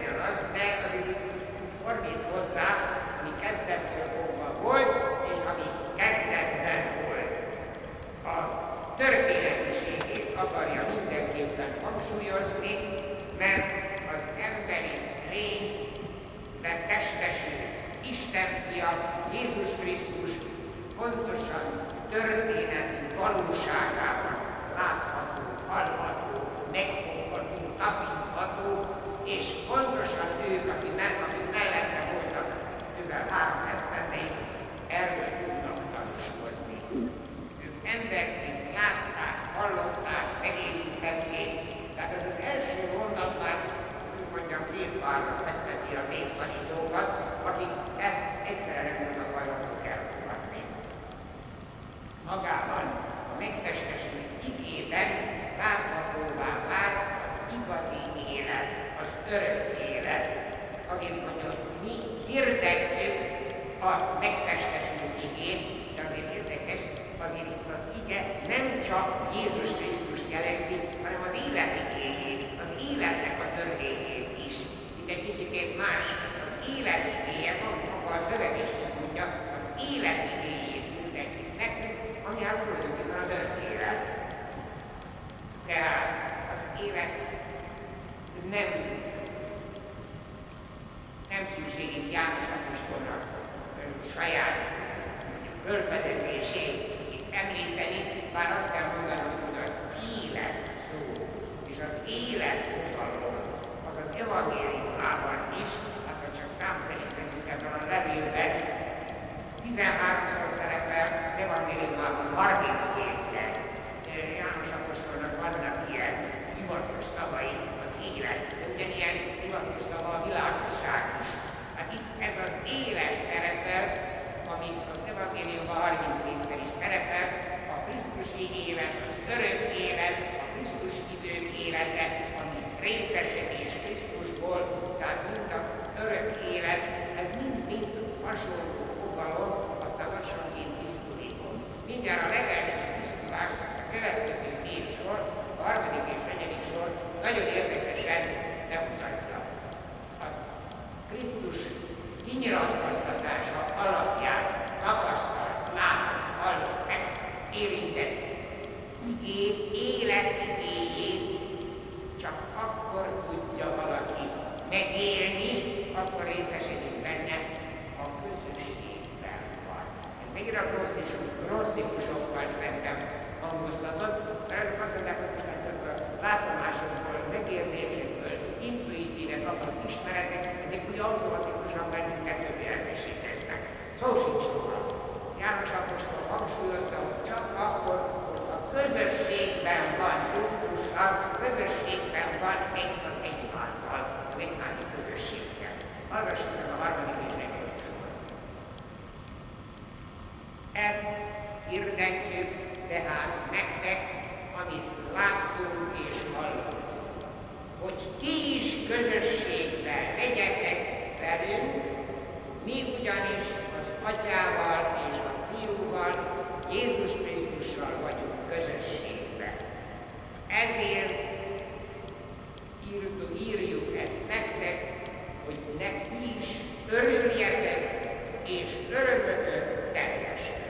S1: hangsúlyozni, mert az emberi lényben testesül Isten fia, Jézus Krisztus pontosan történeti valóságában látható, hallható, megfogható, tapintható, és pontosan ők, akik, akik mellette voltak közel három esztendeig, erről tudnak tanúskodni. Ők emberként látták, hallották, megérintették. Tehát ez az első mondat már, úgy mondjam, két párra fekteti a néptanítókat, akik ezt egyszerre nem tudnak hajlandók elfogadni. Magában a megtestesült igében láthatóvá vált az igazi élet, az örök élet, amit mondjuk mi hirdettük a megtestesült igét, de azért érdekes, azért itt az ige nem csak Jézus Krisztust jelenti, hanem az élet igéjét, az életnek a törvényét is. Itt egy kicsikét más, az élet igéje, maga a szöveg is mondja, az élet igéjét mindenkit nekünk, ami hát tulajdonképpen az örök élet. Tehát az élet nem, nem szükség itt János apostolnak saját fölfedezését itt említeni, bár azt kell mondanom, hogy az élet szó, és az élet fogalom, az az evangéliumában is, hát ha csak szám szerint veszünk ebben a levélben, tizenháromszor szerepel az evangéliumában harminchét-szer. János apostolnak vannak ilyen hivatalos szavai az élet, de ugyanilyen hivatalos szava a világosság is. Hát itt ez az élet szerepel, ami az evangéliumban harminchét-szer is szerepel, a Krisztusi élet, az örök élet, a Krisztus idők élete, ami részesedés Krisztusból, tehát mind az örök élet, ez mind-mind hasonló fogalom, aztán lassanként tisztulékon. Mindjárt a legelső tisztulásnak a következő név sor, a harmadik és negyedik sor nagyon érdekesen bemutatja. A Krisztus kinyilatkoztatása alapján tapasztalt, látott, hallott, meg érintett igét, élet igéjét csak akkor tudja valaki megélni, akkor részesedik benne, a közösségben van. Ez megint a gnosztikusokkal szerintem hangoztatott, mert azok azt mondják, hogy ezek a látomásokból, megérzésekből, intuitíve kapott ismeretek, ezek úgy automatikusan bennünket tökéletesíteznek. Szó sincs róla. János apostol hangsúlyozta, hogy csak akkor, hogy a közösségben van Krisztussal, közösségben van egy az egyházzal, az egyházi közösséggel. Hallgassuk meg a harmadik és negyedik sor. Ezt hirdetjük tehát nektek, amit láttunk és hallottunk, hogy ti is közösségben legyetek velünk, mi ugyanis az Atyával és a Fiúval, Jézus Krisztussal vagyunk közösségben. Ezért írjuk, írjuk ezt nektek, hogy neki is örüljetek és örömötök teljeskedjen.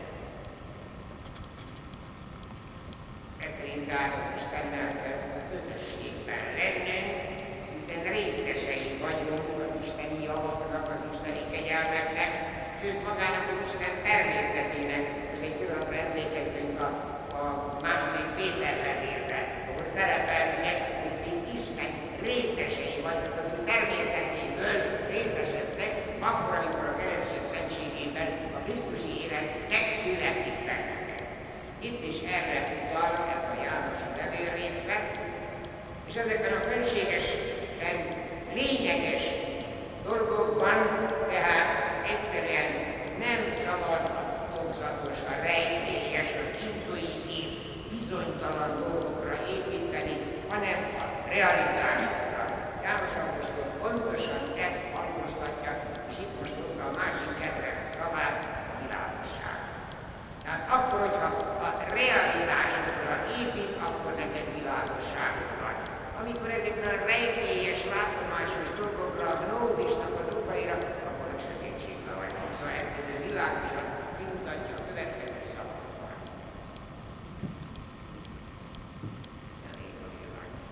S1: Ez szerint áll az Istennel a közösségben lennénk, hiszen részesei vagyunk az isteni javaknak, az isteni kegyelmeknek, sőt magának az Isten természetének. Most egy pillanatra emlékezzünk a, a második Péter levélben, ahol szerepelnek, hogy mi Isten részesei vagyunk, az ő természetéből részesednek, akkor, amikor a keresztség szentségében a Krisztusi élet megszületik bennünket. Itt is erre utal ez a János levélrészlet, és ezekben a fönségesen lényeges dolgokban, tehát egyszerűen nem szabad a titokzatos, a rejtélyes, az intuitív, bizonytalan dolgokra építeni, hanem a realitásokra. János apostol pontosan ezt hangoztatja, és itt most hozza a másik kedvenc szavát, a világosság. Tehát akkor, hogyha a realitásokra épít, akkor neked világosságod van. Amikor ezekre a rejtélyes, látomásos dolgokra, a gnózisnak a dolgaira, akkor a sötétségbe vagy. Szóval ezt világosan kimutatja a következő szavakban. Nem ég a világ.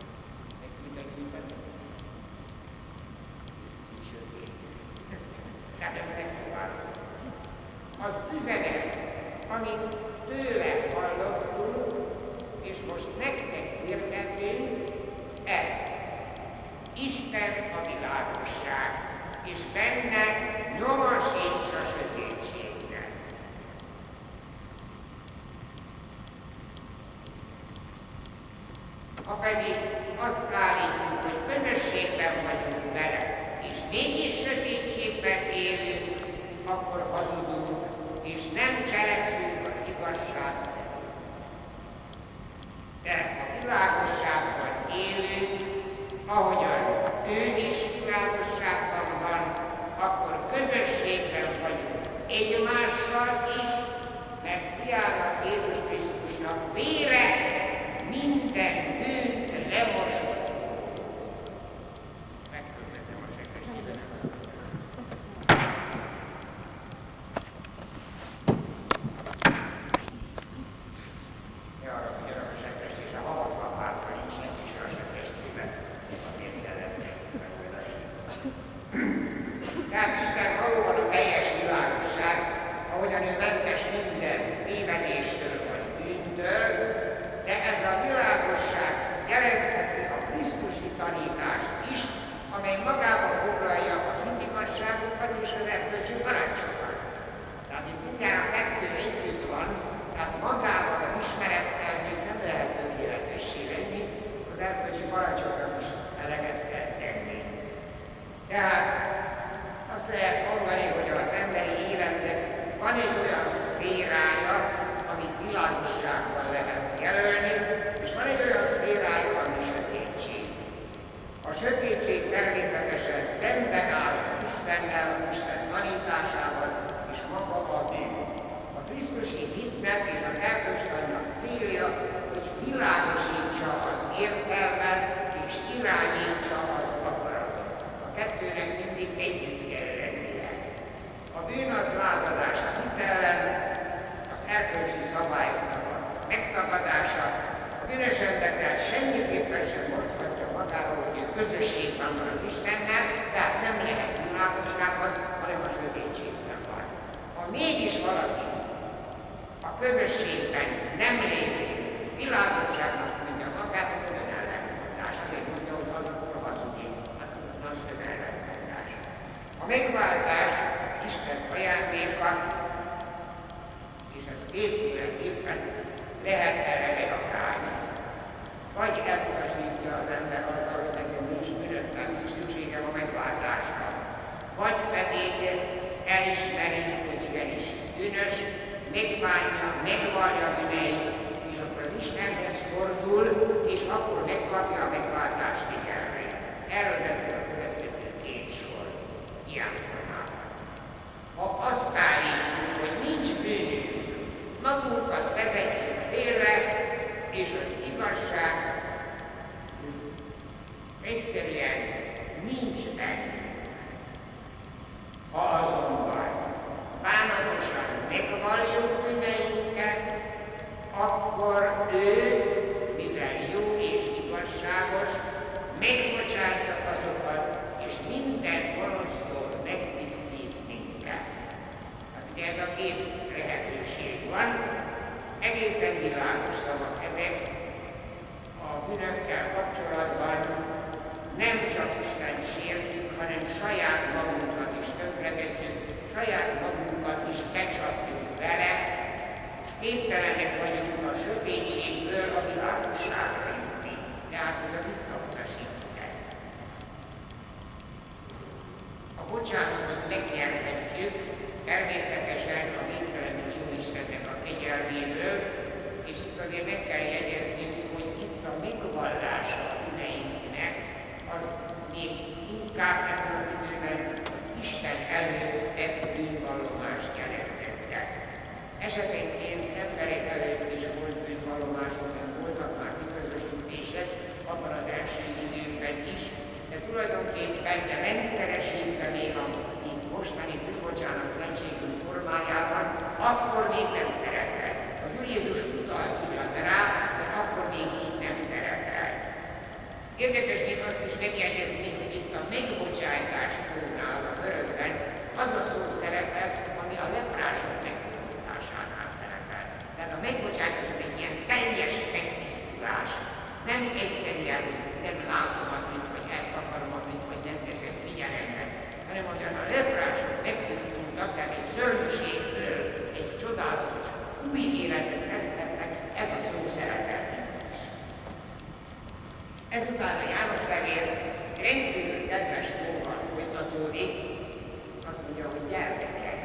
S1: Ha pedig azt állítjuk, hogy közösségben vagyunk vele, és mégis sötétségben élünk, akkor hazudunk, és nem cselekszünk az igazság szerint. De ha világosságban élünk, ahogyan ő is világosságban van, akkor közösségben vagyunk egymással is, mert fiának Jézus Krisztusnak vére minden bűnt lemosott. Megkövetem a sekrestyébe. Ne arra figyelek a sekrestyé, és a havatlan hátra nincs nincs is a sekrestyébe. Azért kellett megkövetni. Tehát Isten valóban a teljes világosság, ahogyan ő mentes minden tévedéstől vagy bűntől, de ez a világosság jelentheti a krisztusi tanítást is, amely magába foglalja a hintigazságokat és az erkölcsi parancsokat. Tehát itt minden a kettő együtt van, tehát magával az ismerettel még nem lehet tökéletessé lenni, az erkölcsi parancsoknak is eleget kell tenni. Tehát azt lehet mondani, hogy az emberi életnek van egy olyan szférája, amit világossággal lehet jelölni, és van egy olyan szférája, ami sötétség. A sötétség természetesen szemben áll az Istennel, az Isten tanításával, és maga a bűn. A krisztusi hitnek és az erkölcstannak célja, hogy világosítsa az értelmet és irányítsa az akaratot. A kettőnek mindig együtt kell lennie. A bűn az lázadás a hit ellen, az erkölcsi szabályoknak a megtagadása. A bűnös ember tehát semmiképpen sem mondhatja magáról, hogy ő közösségben van az Istennel, tehát nem lehet világosságban, hanem a sötétségben van. Ha mégis valaki a közösségben nem lévő világosságnak mondja magát, akkor ön ellentmondás. Azért mondja, hogy az akkor hazudik, az az ellentmondás. A megváltás Isten ajándéka, és ez kétféleképpen lehet erre reagálni. Vagy elutasítja az ember azzal, hogy nekem nincs bűnötlen, nincs szükségem a megváltásra. Vagy pedig elismeri, hogy igenis bűnös, megbánja, megvallja bűneit, és akkor az Istenhez fordul, és akkor megkapja a megváltás figyelmét. Erről beszél a következő két sor. Ilyen formában. Ha azt állítjuk, hogy nincs bűnünk, magunkat vezetjük félre, és az igazság egyszerűen nincs bennünk. Ha azonban bánatosan megvalljuk bűneinket, akkor ő, mivel jó és igazságos, megbocsátja azokat, és minden gonosztól megtisztít minket. Hát ugye ez a két lehetőség van, egészen világos szavak ezek, a bűnökkel kapcsolatban nem csak Isten sértjük, hanem saját magunkat is tönkreteszünk, saját magunkat is becsapjuk vele, és képtelenek vagyunk a sötétségből a világosságra jutni. Tehát, hogy visszautasítjuk ezt. A bocsánatot megnyerhetjük, természetesen a végtelenül jó Istennek a kegyelméből, és itt azért meg kell jegyeznünk, hogy itt a megvallása a bűneinknek, az még inkább ebben az időben az Isten előtt tett bűnvallomást jelentette. Esetenként emberek előtt is volt bűnvallomás, hiszen voltak már kiközösítések, abban az első időben is, de tulajdonképpen rendszeresítve még a mostani bűnbocsánat szentségünk formájában, akkor még nem szerepel. Az Úr Jézus utalt ugyan rá, de akkor még így nem szerepel. Érdekes még azt is megjegyezni, hogy itt a megbocsátás szónál a görögben az a szó szerepel, ami a leprások megtisztulásánál szerepel. Tehát a megbocsátás egy ilyen teljes megtisztulás. Nem egyszerűen nem látom adni, vagy elakarom adni, vagy nem teszem figyelembe, hanem ahogyan a leprások megtisztultak, tehát egy szörnyűségből egy csodálatos új életet kezdettek, ez a szó szerepel. Ezután a János levél rendkívül kedves szóval folytatódik, azt mondja, hogy gyermekek.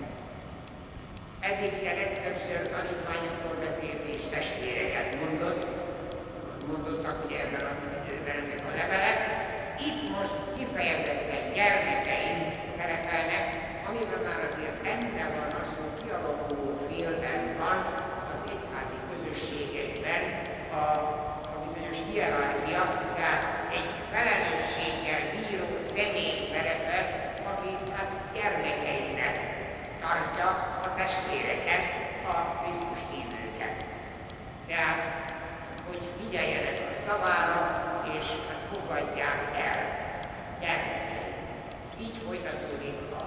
S1: Eddig se legtöbbször tanítványokról beszélt és testvéreket mondott, mondottak ugye ebben a időben ezek a levelek. Itt most kifejezetten gyermekeim szerepelnek, amiben már azért benne van az, hogy kialakuló félben van az egyházi közösségekben a, a bizonyos hierarchia, tehát egy felelősséggel bíró személy szerepel, aki hát gyermekeinek tartja a testvéreket, a Krisztus hívőket. Tehát, hogy figyeljenek a szavára, és hát fogadják el gyermekeim. Így folytatódik a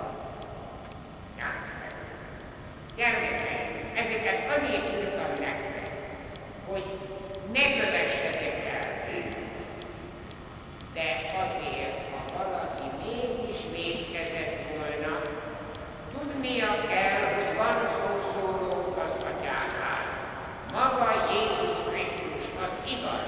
S1: János. Gyermekeim, ezeket azért írtam nektek, hogy ne kövessetek el őket, de azért, ha valaki mégis vétkezett volna, tudnia kell, hogy van szószólónk az Atyánál. Maga Jézus Krisztus az igaz.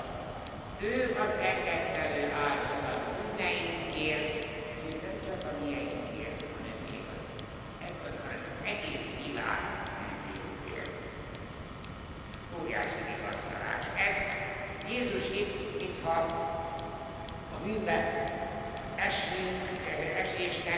S1: Ő az elkezdtelő áldozat bűneinkért, és nem csak a mieinkért, hanem még az, az egész világ bűneinkért. Óriási vigasztalás. Ez Jézus itt, itt ha a bűnbe esünk, esésnek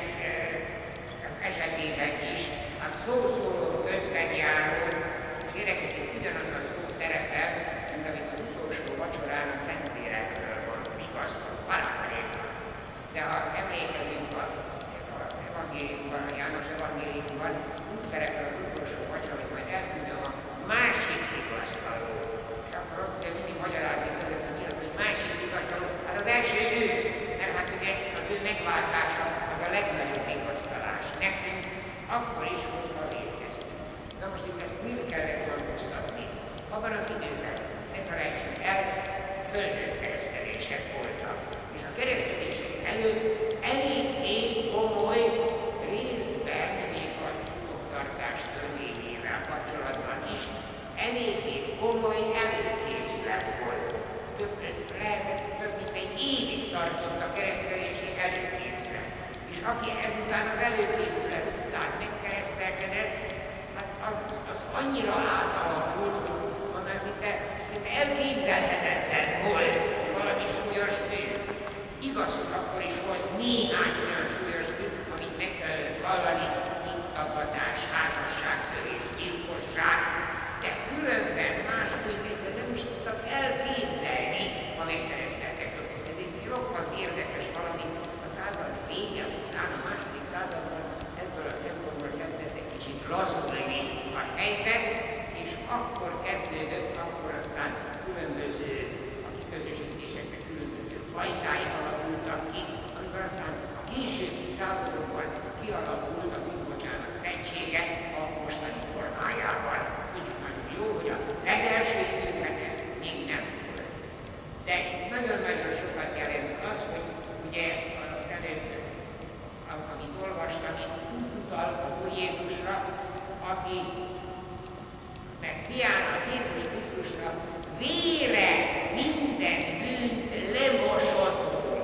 S1: az esetében is, hát szószóló közben járó, és gyerekek, itt ugyanaz a szó szerepel, mint amit az utolsó vacsorán a Szentlérekről van vigasztal, parálékban. De ha emlékezünk a, az evangéliumban, a János evangéliumban, úgy szerepel az utolsó vacsora, hogy majd elküldöm a másik vigasztaló. És akkor ott kell mindig magyarázni között, hogy mi az, hogy másik vigasztaló. Hát az első ő, mert hát ugye az ő megváltása az a legnagyobb vigasztalás nekünk, akkor is, hogyha védkeztünk. Na most itt ezt mind kellett hangoztatni. Abban az időben, ne felejtsük el, földön keresztelések voltak. És a keresztelések előtt eléggé komoly részben, még a titoktartás törvényével kapcsolatban is, eléggé komoly előkészület volt. Több, lehetett több mint egy évig tartott a keresztelési előkészület. És aki ezután az előkészület után megkeresztelkedett, hát az, az annyira átalakult, annál szinte, szinte elképzelhetetlen volt valami súlyos bűn. Igaz, hogy akkor is volt néhány olyan súlyos bűn, amit meg kellett vallani, mint tagadás, házasságtörés, gyilkosság, de különben más bűnrészet nem is tudtak elképzelni, ha megkeresztelkedtek. Ez egy roppant érdekes valami, a század vége után, a második században ebből a szempontból kezdett egy kicsit lazulni a helyzet, és akkor kezdődött, akkor aztán különböző a kiközösítéseknek különböző fajtái alakultak ki, amikor aztán a későbbi századokban kialakult a bűnbocsánat szentsége a mostani formájában. Tudjuk nagyon jó, hogy a legelső időben ez még nem volt. De itt nagyon-nagyon sokat jelent az, hogy ugye az előbb, amit olvastam, itt úgy utal az Úr Jézusra, aki meg fiának Jézus Krisztusra vére minden bűnt lemosott.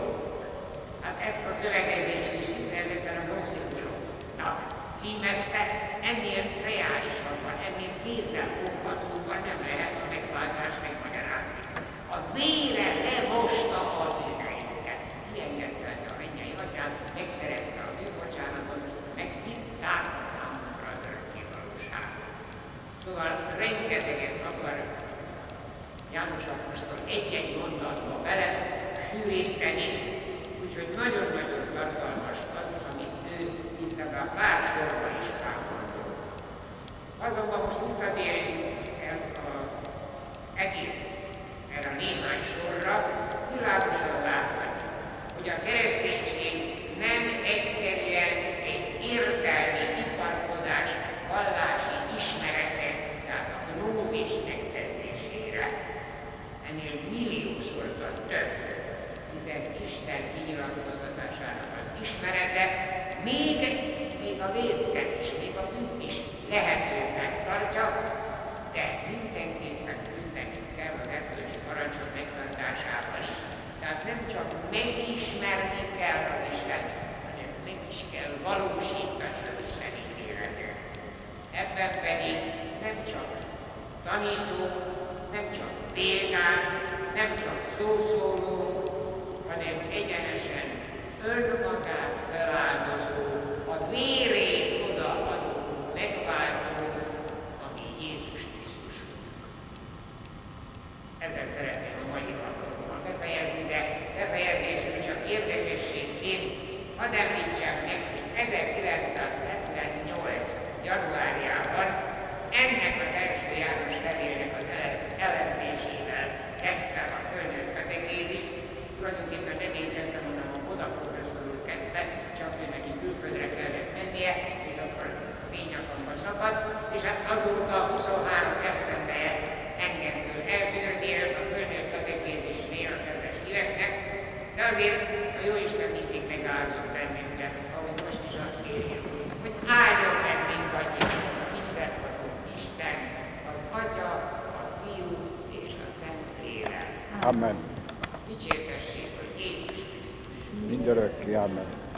S1: Hát ezt a szövegezést is mindenben a gnósztikusoknak címezte, ennél reálisabban, ennél kézzel foghatóban nem lehet a megváltást megmagyarázni. A vére lemosta a bűneinket. Kiengesztelte a mennyei atyát, megszerezte a bűnbocsánatot, meg hitták a számunkra az örökkévalóságot. Szóval rengeteget akar János apostol egy-egy mondatba bele sűríteni, úgyhogy nagyon-nagyon tartalmas az, amit ő itt ebben a pár sorban is elmondott. Azonban most visszatérünk el az egész erre a néhány sorra, világosan láthatjuk, hogy a kereszténység nem egyszerűen egy értelmi iparkodás, vallási ismerete, tehát a gnózis megszerzésére. Ennél milliószor több, hiszen Isten kinyilatkoztatásának az ismerete még, még a védket is, még a bűnt is lehetőnek tartja, de mindenképpen küzdenünk kell az erkölcsi parancsok megtartásával is. tanítók, nem csak példák, nem csak szószólók, hanem egyenesen önmagát feláldozó, a vérét odaadó megváltó, ami Jézus Krisztus. Ezzel szeretném a mai alkalommal befejezni, de befejezésül csak érdekességként hadd említsem meg, hogy ezerkilencszázhetvennyolc. januárjában ennek az első János levélnek az elemzésével kezdtem a fölnőtt katekézist. Tulajdonképpen nem én kezdtem, hanem a Boda professzor úr kezdte, csak ő neki külföldre kellett mennie, és akkor fényakamba szakadt, és hát azóta huszonhárom esztendeje engedtől eltérnie a fölnőtt katekézisnél a kedves híveknek, de azért a Jóisten mindig megáldott bennünket, ahogy most is azt kérjük, hogy áldjon meg mindannyian a mindenható Isten, az Atya, a Fiú és a Szentlélek.
S3: Amen.
S1: Dicsértessék, hogy Jézus Krisztus.
S3: Mindörökké, amen.